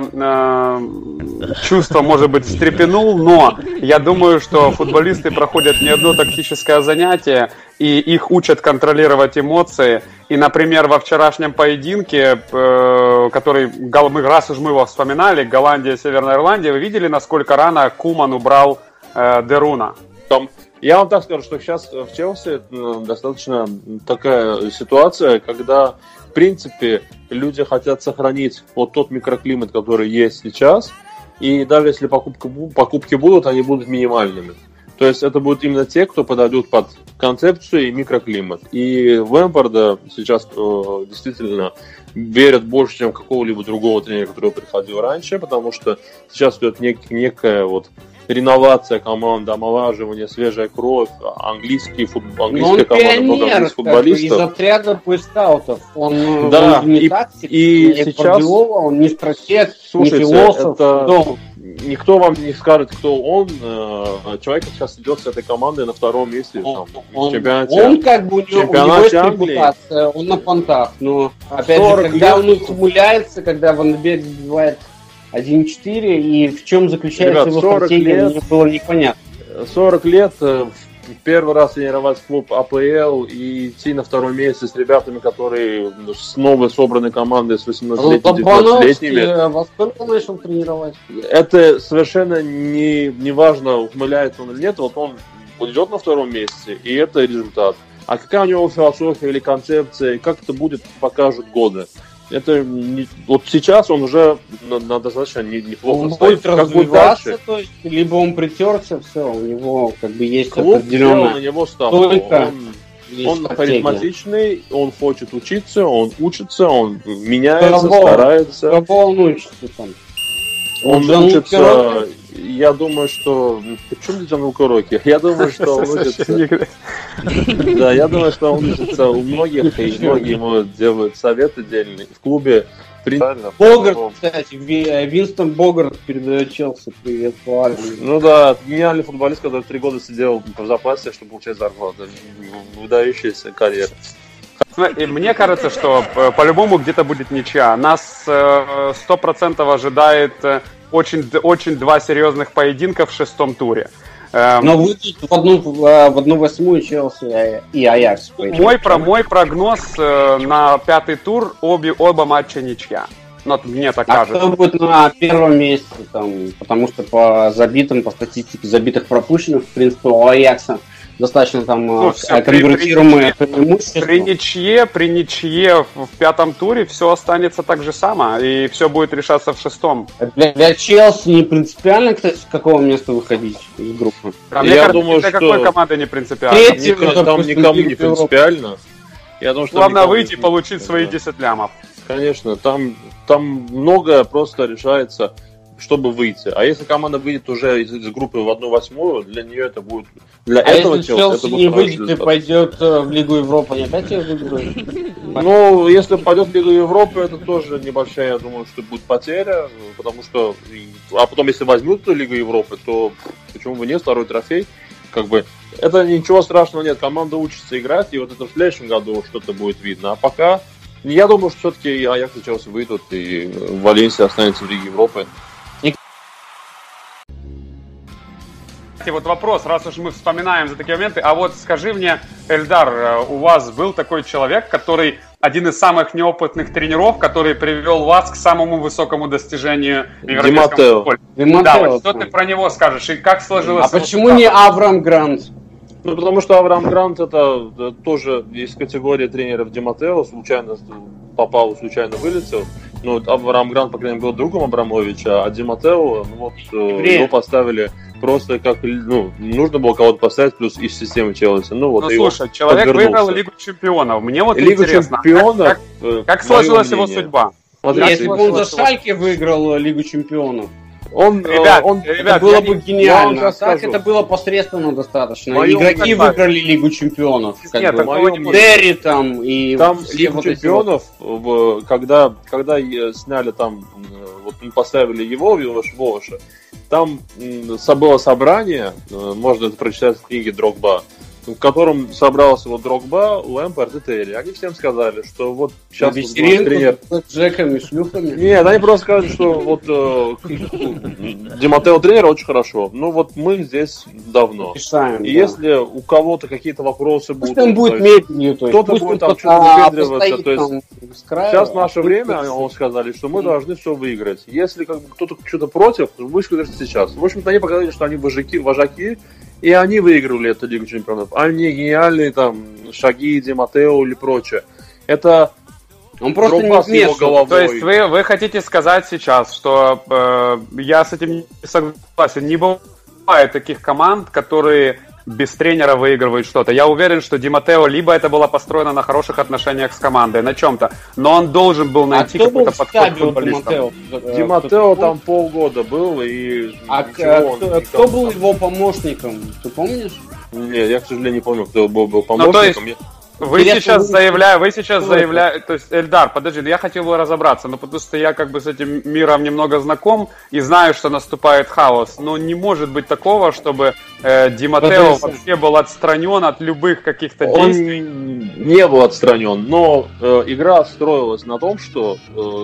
чувство, может быть, встрепенул, но я думаю, что футболисты проходят не одно тактическое занятие, и их учат контролировать эмоции. И, например, во вчерашнем поединке, который, раз уж мы его вспоминали, Голландия, Северная Ирландия, вы видели, насколько рано Куман убрал Деруна? Я вам так скажу, что сейчас в Челси достаточно такая ситуация, когда, в принципе, люди хотят сохранить вот тот микроклимат, который есть сейчас, и даже если покупки будут, они будут минимальными. То есть это будут именно те, кто подойдут под концепцию и микроклимат. И Лэмпарда сейчас действительно верят больше, чем какого-либо другого тренера, который приходил раньше, потому что сейчас идет некая вот реновация команды, омолаживание, свежая кровь, английская команда, много английских футболистов. Из отряда бойскаутов. Он не тактик, и не сейчас... Гвардиола, он не стратег, слушайте, не философ. Никто вам не скажет, кто он. Человек сейчас идет с этой командой на втором месте в чемпионате. Он как бы у него есть репутация, он на понтах. Но опять же, когда он ухмыляется, когда Ван де Бек забивает 1-4, и в чем заключается его стратегия, мне было непонятно. 40 лет, первый раз тренировать клуб АПЛ и идти на второе место с ребятами, которые с новой собранной командой, с 18-летними, 19-летними. Во сколько начал тренировать? Это совершенно не важно, ухмыляется он или нет, вот он идет на втором месте, и это результат. А какая у него философия или концепция, и как это будет, покажут годы. Это вот сейчас он уже на достаточно неплохо он стоит. Будет развиваться, то есть, либо он притерся, все, у него как бы есть клуб определенная на него ставку. Он харизматичный, он хочет учиться, он учится, он меняется, старается. Кого он учится там? Он учится, я думаю, что... Почему здесь Джанлука Рокки? Я думаю, что он учится... Да, я думаю, что он учится у многих, и многие ему делают советы дельные. В клубе... Богарт, кстати, Винстон Богарт передает Челси. Привет, Валя. Ну да, гениальный футболист, который 3 года сидел в запасе, чтобы получать зарплату. Выдающаяся карьера. Мне кажется, что по-любому где-то будет ничья. Нас 100% ожидает очень 2 серьезных поединка в 6-м туре. Но выйдут в 1/8 Челси и Аякс. Мой прогноз на 5-й тур оба матча ничья. Но мне так кажется. Кто будет на первом месте? Там, потому что по статистике забитых пропущенных, в принципе, у Аякса достаточно там конвертируемые преимущества. При ничье в 5-м туре все останется так же само, и все будет решаться в 6-м. Для Челси не принципиально, кстати, с какого места выходить из группы. Я думаю, что какой команды не принципиально. Там никому не принципиально. Я думаю, что Главное выйти и получить свои 10 лямов. Конечно, там многое просто решается, чтобы выйти. А если команда выйдет уже из группы в 1/8, для нее это будет... Для этого если Челси не выйдет и пойдет в Лигу Европы, они опять ее выиграют? Ну, если пойдет в Лигу Европы, это тоже небольшая, я думаю, что будет потеря, потому что... А потом, если возьмут Лигу Европы, то почему бы нет, второй трофей? Как бы, это ничего страшного нет, команда учится играть, и вот это в следующем году что-то будет видно. А пока, я думаю, что все-таки Аякс и Челси выйдут, и Валенсия останется в Лиге Европы. Вот вопрос, раз уж мы вспоминаем за такие моменты, а вот скажи мне, Эльдар, у вас был такой человек, который один из самых неопытных тренеров, который привел вас к самому высокому достижению в европейском футболе. Да, вот что ты про него скажешь и как сложилось? А почему не Авраам Грант? Ну, потому что Авраам Грант это тоже из категории тренеров Ди Маттео, случайно попал, случайно вылетел. Ну, Авраам Грант, по крайней мере, был другом Абрамовича, а Ди Маттео, его поставили просто как, нужно было кого-то поставить, плюс из системы Челси. Слушай, человек выиграл Лигу Чемпионов. Мне вот Лигу интересно, Чемпионов, как сложилась его судьба? Если бы он за Шальке выиграл Лигу Чемпионов, Ребят, было бы гениально. Так это было посредственно достаточно. Игроки выиграли Лигу Чемпионов. Дерри там и там Лигу Чемпионов, когда сняли там, вот поставили его, Волоша, там было собрание, можно это прочитать в книге Дрогба, в котором собрался вот Дрогба, Лэмпард и Терри. Они всем сказали, что вот сейчас тренер... с Джеками, шлюхами? Нет, они просто сказали, что вот Ди Маттео тренер очень хорошо. Ну вот мы здесь давно. Решаем, и если у кого-то какие-то вопросы будут... он будет медленнее, то есть кто-то будет там что-то выпендриваться. То есть сейчас наше время, они сказали, что мы должны все выиграть. Если кто-то что-то против, высказать сейчас. В общем-то, они показали, что они вожаки, и они выигрывали эту Лигу Чемпионов. А не гениальные там шаги Ди Маттео или прочее. Это он просто не вмешивается. То есть вы хотите сказать сейчас, что я с этим не согласен. Не бывает таких команд, которые без тренера выигрывают что-то. Я уверен, что Ди Маттео либо это было построено на хороших отношениях с командой, на чем-то, но он должен был найти какой-то подход к футболистам. Ди Маттео там полгода был, и... кто был его помощником? Ты помнишь? Нет, я, к сожалению, не помню, кто был помощником. Вы сейчас заявляете, то есть, Эльдар, подожди, я хотел бы разобраться, но потому что я как бы с этим миром немного знаком и знаю, что наступает хаос, но не может быть такого, чтобы Ди Маттео вообще был отстранен от любых каких-то действий. Он не был отстранен, но игра строилась на том, что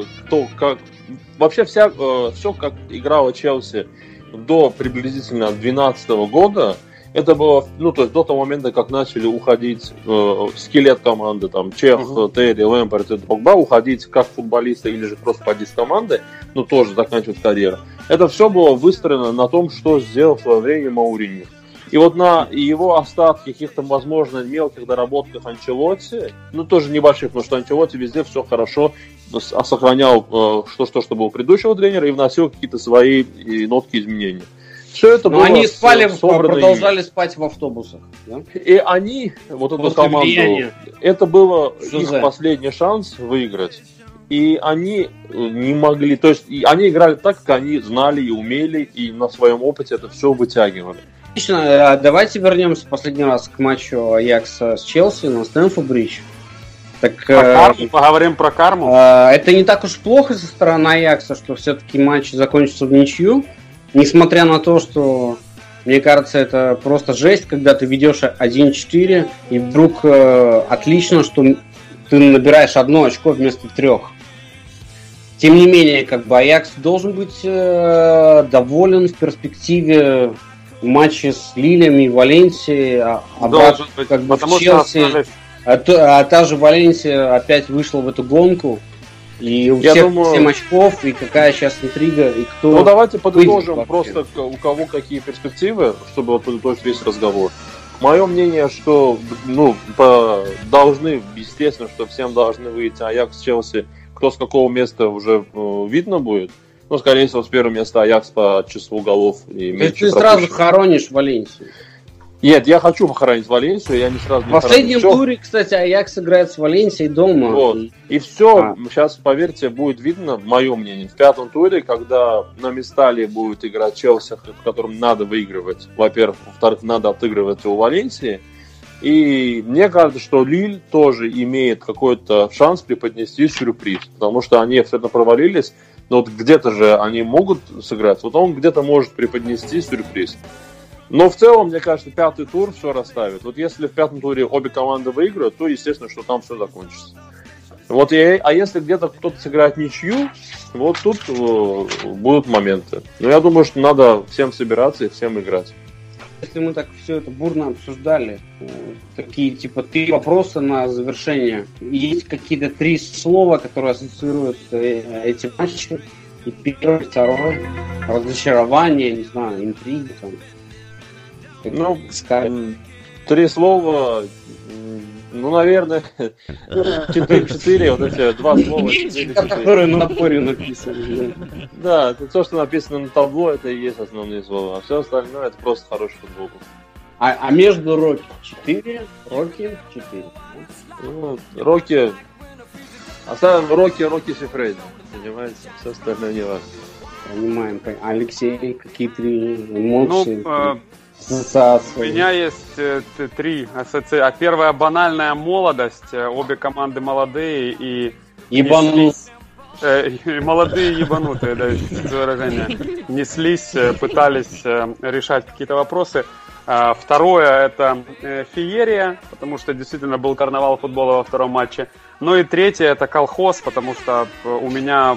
вообще все, как играла Челси до приблизительно 2012 года, это было, то есть до того момента, как начали уходить скелет команды, там, Чех, Терри, Лэмпард и Дрогба, уходить как футболисты или же просто уходить с команды, тоже заканчивать карьеру. Это все было выстроено на том, что сделал в свое время Мауриньо. И вот на его остатки каких-то, возможно, мелких доработках Анчелотти, тоже небольших, потому что Анчелотти везде все хорошо сохранял что было у предыдущего тренера и вносил какие-то свои нотки изменений. Все это было они продолжали спать в автобусах. Да? И они, вот эту команду, это было их последний шанс выиграть. И они не могли, то есть они играли так, как они знали и умели, и на своем опыте это все вытягивали. Отлично, давайте вернемся последний раз к матчу Аякса с Челси на Стэмфорд-Бридж. Поговорим про карму. Это не так уж плохо со стороны Аякса, что все-таки матч закончится в ничью. Несмотря на то, что, мне кажется, это просто жесть, когда ты ведешь 1-4, и вдруг отлично, что ты набираешь 1 очко вместо 3. Тем не менее, Аякс должен быть доволен в перспективе матча с Лилем и Валенсией, должен быть, в Челси. Та же Валенсия опять вышла в эту гонку. И у всех 7 очков, и какая сейчас интрига, и кто... давайте подытожим просто, у кого какие перспективы, чтобы подытожить весь разговор. Мое мнение, что должны, естественно, что всем должны выйти Аякс, Челси, кто с какого места уже видно будет. Скорее всего, с первого места Аякс по числу голов. И ты сразу хоронишь Валенсию. Нет, я хочу похоронить Валенсию, я не сразу не В последнем туре, кстати, Аякс играет с Валенсией дома. Вот. И все, сейчас, поверьте, будет видно, мое мнение, в пятом туре, когда на Местале будет играть Челси, в котором надо выигрывать, во-первых, во-вторых, надо отыгрывать у Валенсии. И мне кажется, что Лиль тоже имеет какой-то шанс преподнести сюрприз, потому что они абсолютно провалились, но вот где-то же они могут сыграть, вот он где-то может преподнести сюрприз. Но в целом, мне кажется, пятый тур все расставит. Вот если в пятом туре обе команды выиграют, то естественно, что там все закончится. Вот а если где-то кто-то сыграет ничью, вот тут будут моменты. Но я думаю, что надо всем собираться и всем играть. Если мы так все это бурно обсуждали, такие типа 3 вопроса на завершение. Есть какие-то 3 слова, которые ассоциируют эти матчи? И первый, второй, разочарование, не знаю, интриги там. Ну, 3 слова, ну, наверное, 4, вот эти 2 слова. Которые на напоре написаны. Да, это то, что написано на табло, это и есть основные слова. А все остальное, это просто хороший футбол. А между Рокки 4, Рокки 4. Ну, Рокки... Оставим Рокки Сифрейда, понимаете? Все остальное не важно. Понимаем. Алексей, какие 3 эмоции? Ну, у меня есть 3 ассоциации. Первая банальная молодость. Обе команды молодые и ебанутые. Молодые ебанутые, да, есть выражение. Неслись, пытались решать какие-то вопросы. Второе это феерия, потому что действительно был карнавал футбола во втором матче. Ну и третье это колхоз, потому что у меня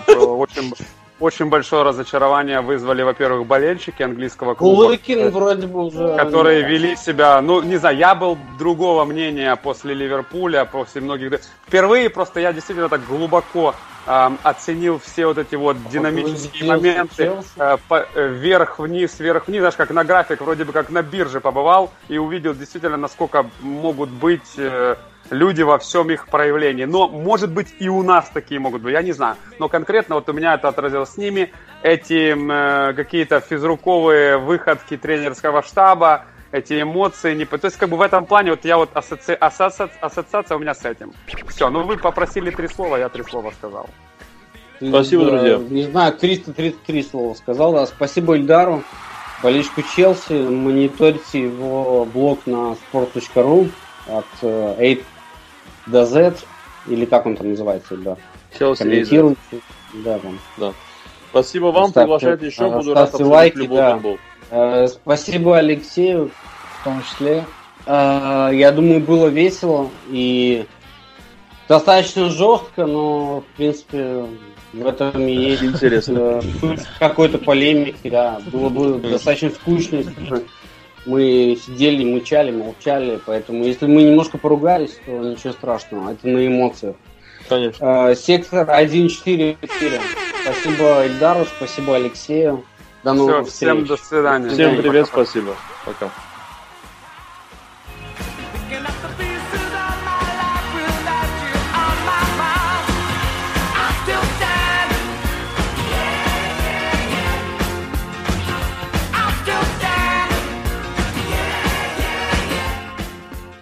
очень большое разочарование вызвали, во-первых, болельщики английского клуба, Лыкин вроде бы уже... которые вели себя, ну, не знаю, я был другого мнения после Ливерпуля, после многих... Впервые просто я действительно так глубоко оценил все вот эти вот динамические моменты, вверх-вниз, знаешь, как на график, вроде бы как на бирже побывал и увидел действительно, насколько могут быть... люди во всем их проявлении. Но, может быть, и у нас такие могут быть, я не знаю. Но конкретно вот у меня это отразилось с ними. Эти какие-то физруковые выходки тренерского штаба, эти эмоции. То есть, как бы в этом плане, вот я вот ассоциация у меня с этим. Все, ну вы попросили 3 слова, я 3 слова сказал. Спасибо, друзья. Не знаю, 333 слова сказал. Да. Спасибо Ильдару, болельщику Челси. Мониторьте его блог на sport.ru от A до Z, или как он там называется, да. Комментируйте. Да, там. Да. Спасибо вам, приглашайте еще, буду рад обсудить лайки, любой футбол. Спасибо Алексею, в том числе. Я думаю, было весело и достаточно жестко, но, в принципе, в этом и есть интересно. Какой-то полемики, да. Было бы достаточно скучно, если мы сидели, мычали, молчали, поэтому если мы немножко поругались, то ничего страшного, это на эмоциях. Конечно. Сектор 1.4. Спасибо Ильдару, спасибо Алексею. До новых встреч. Всем до свидания. Всем привет, спасибо. Пока.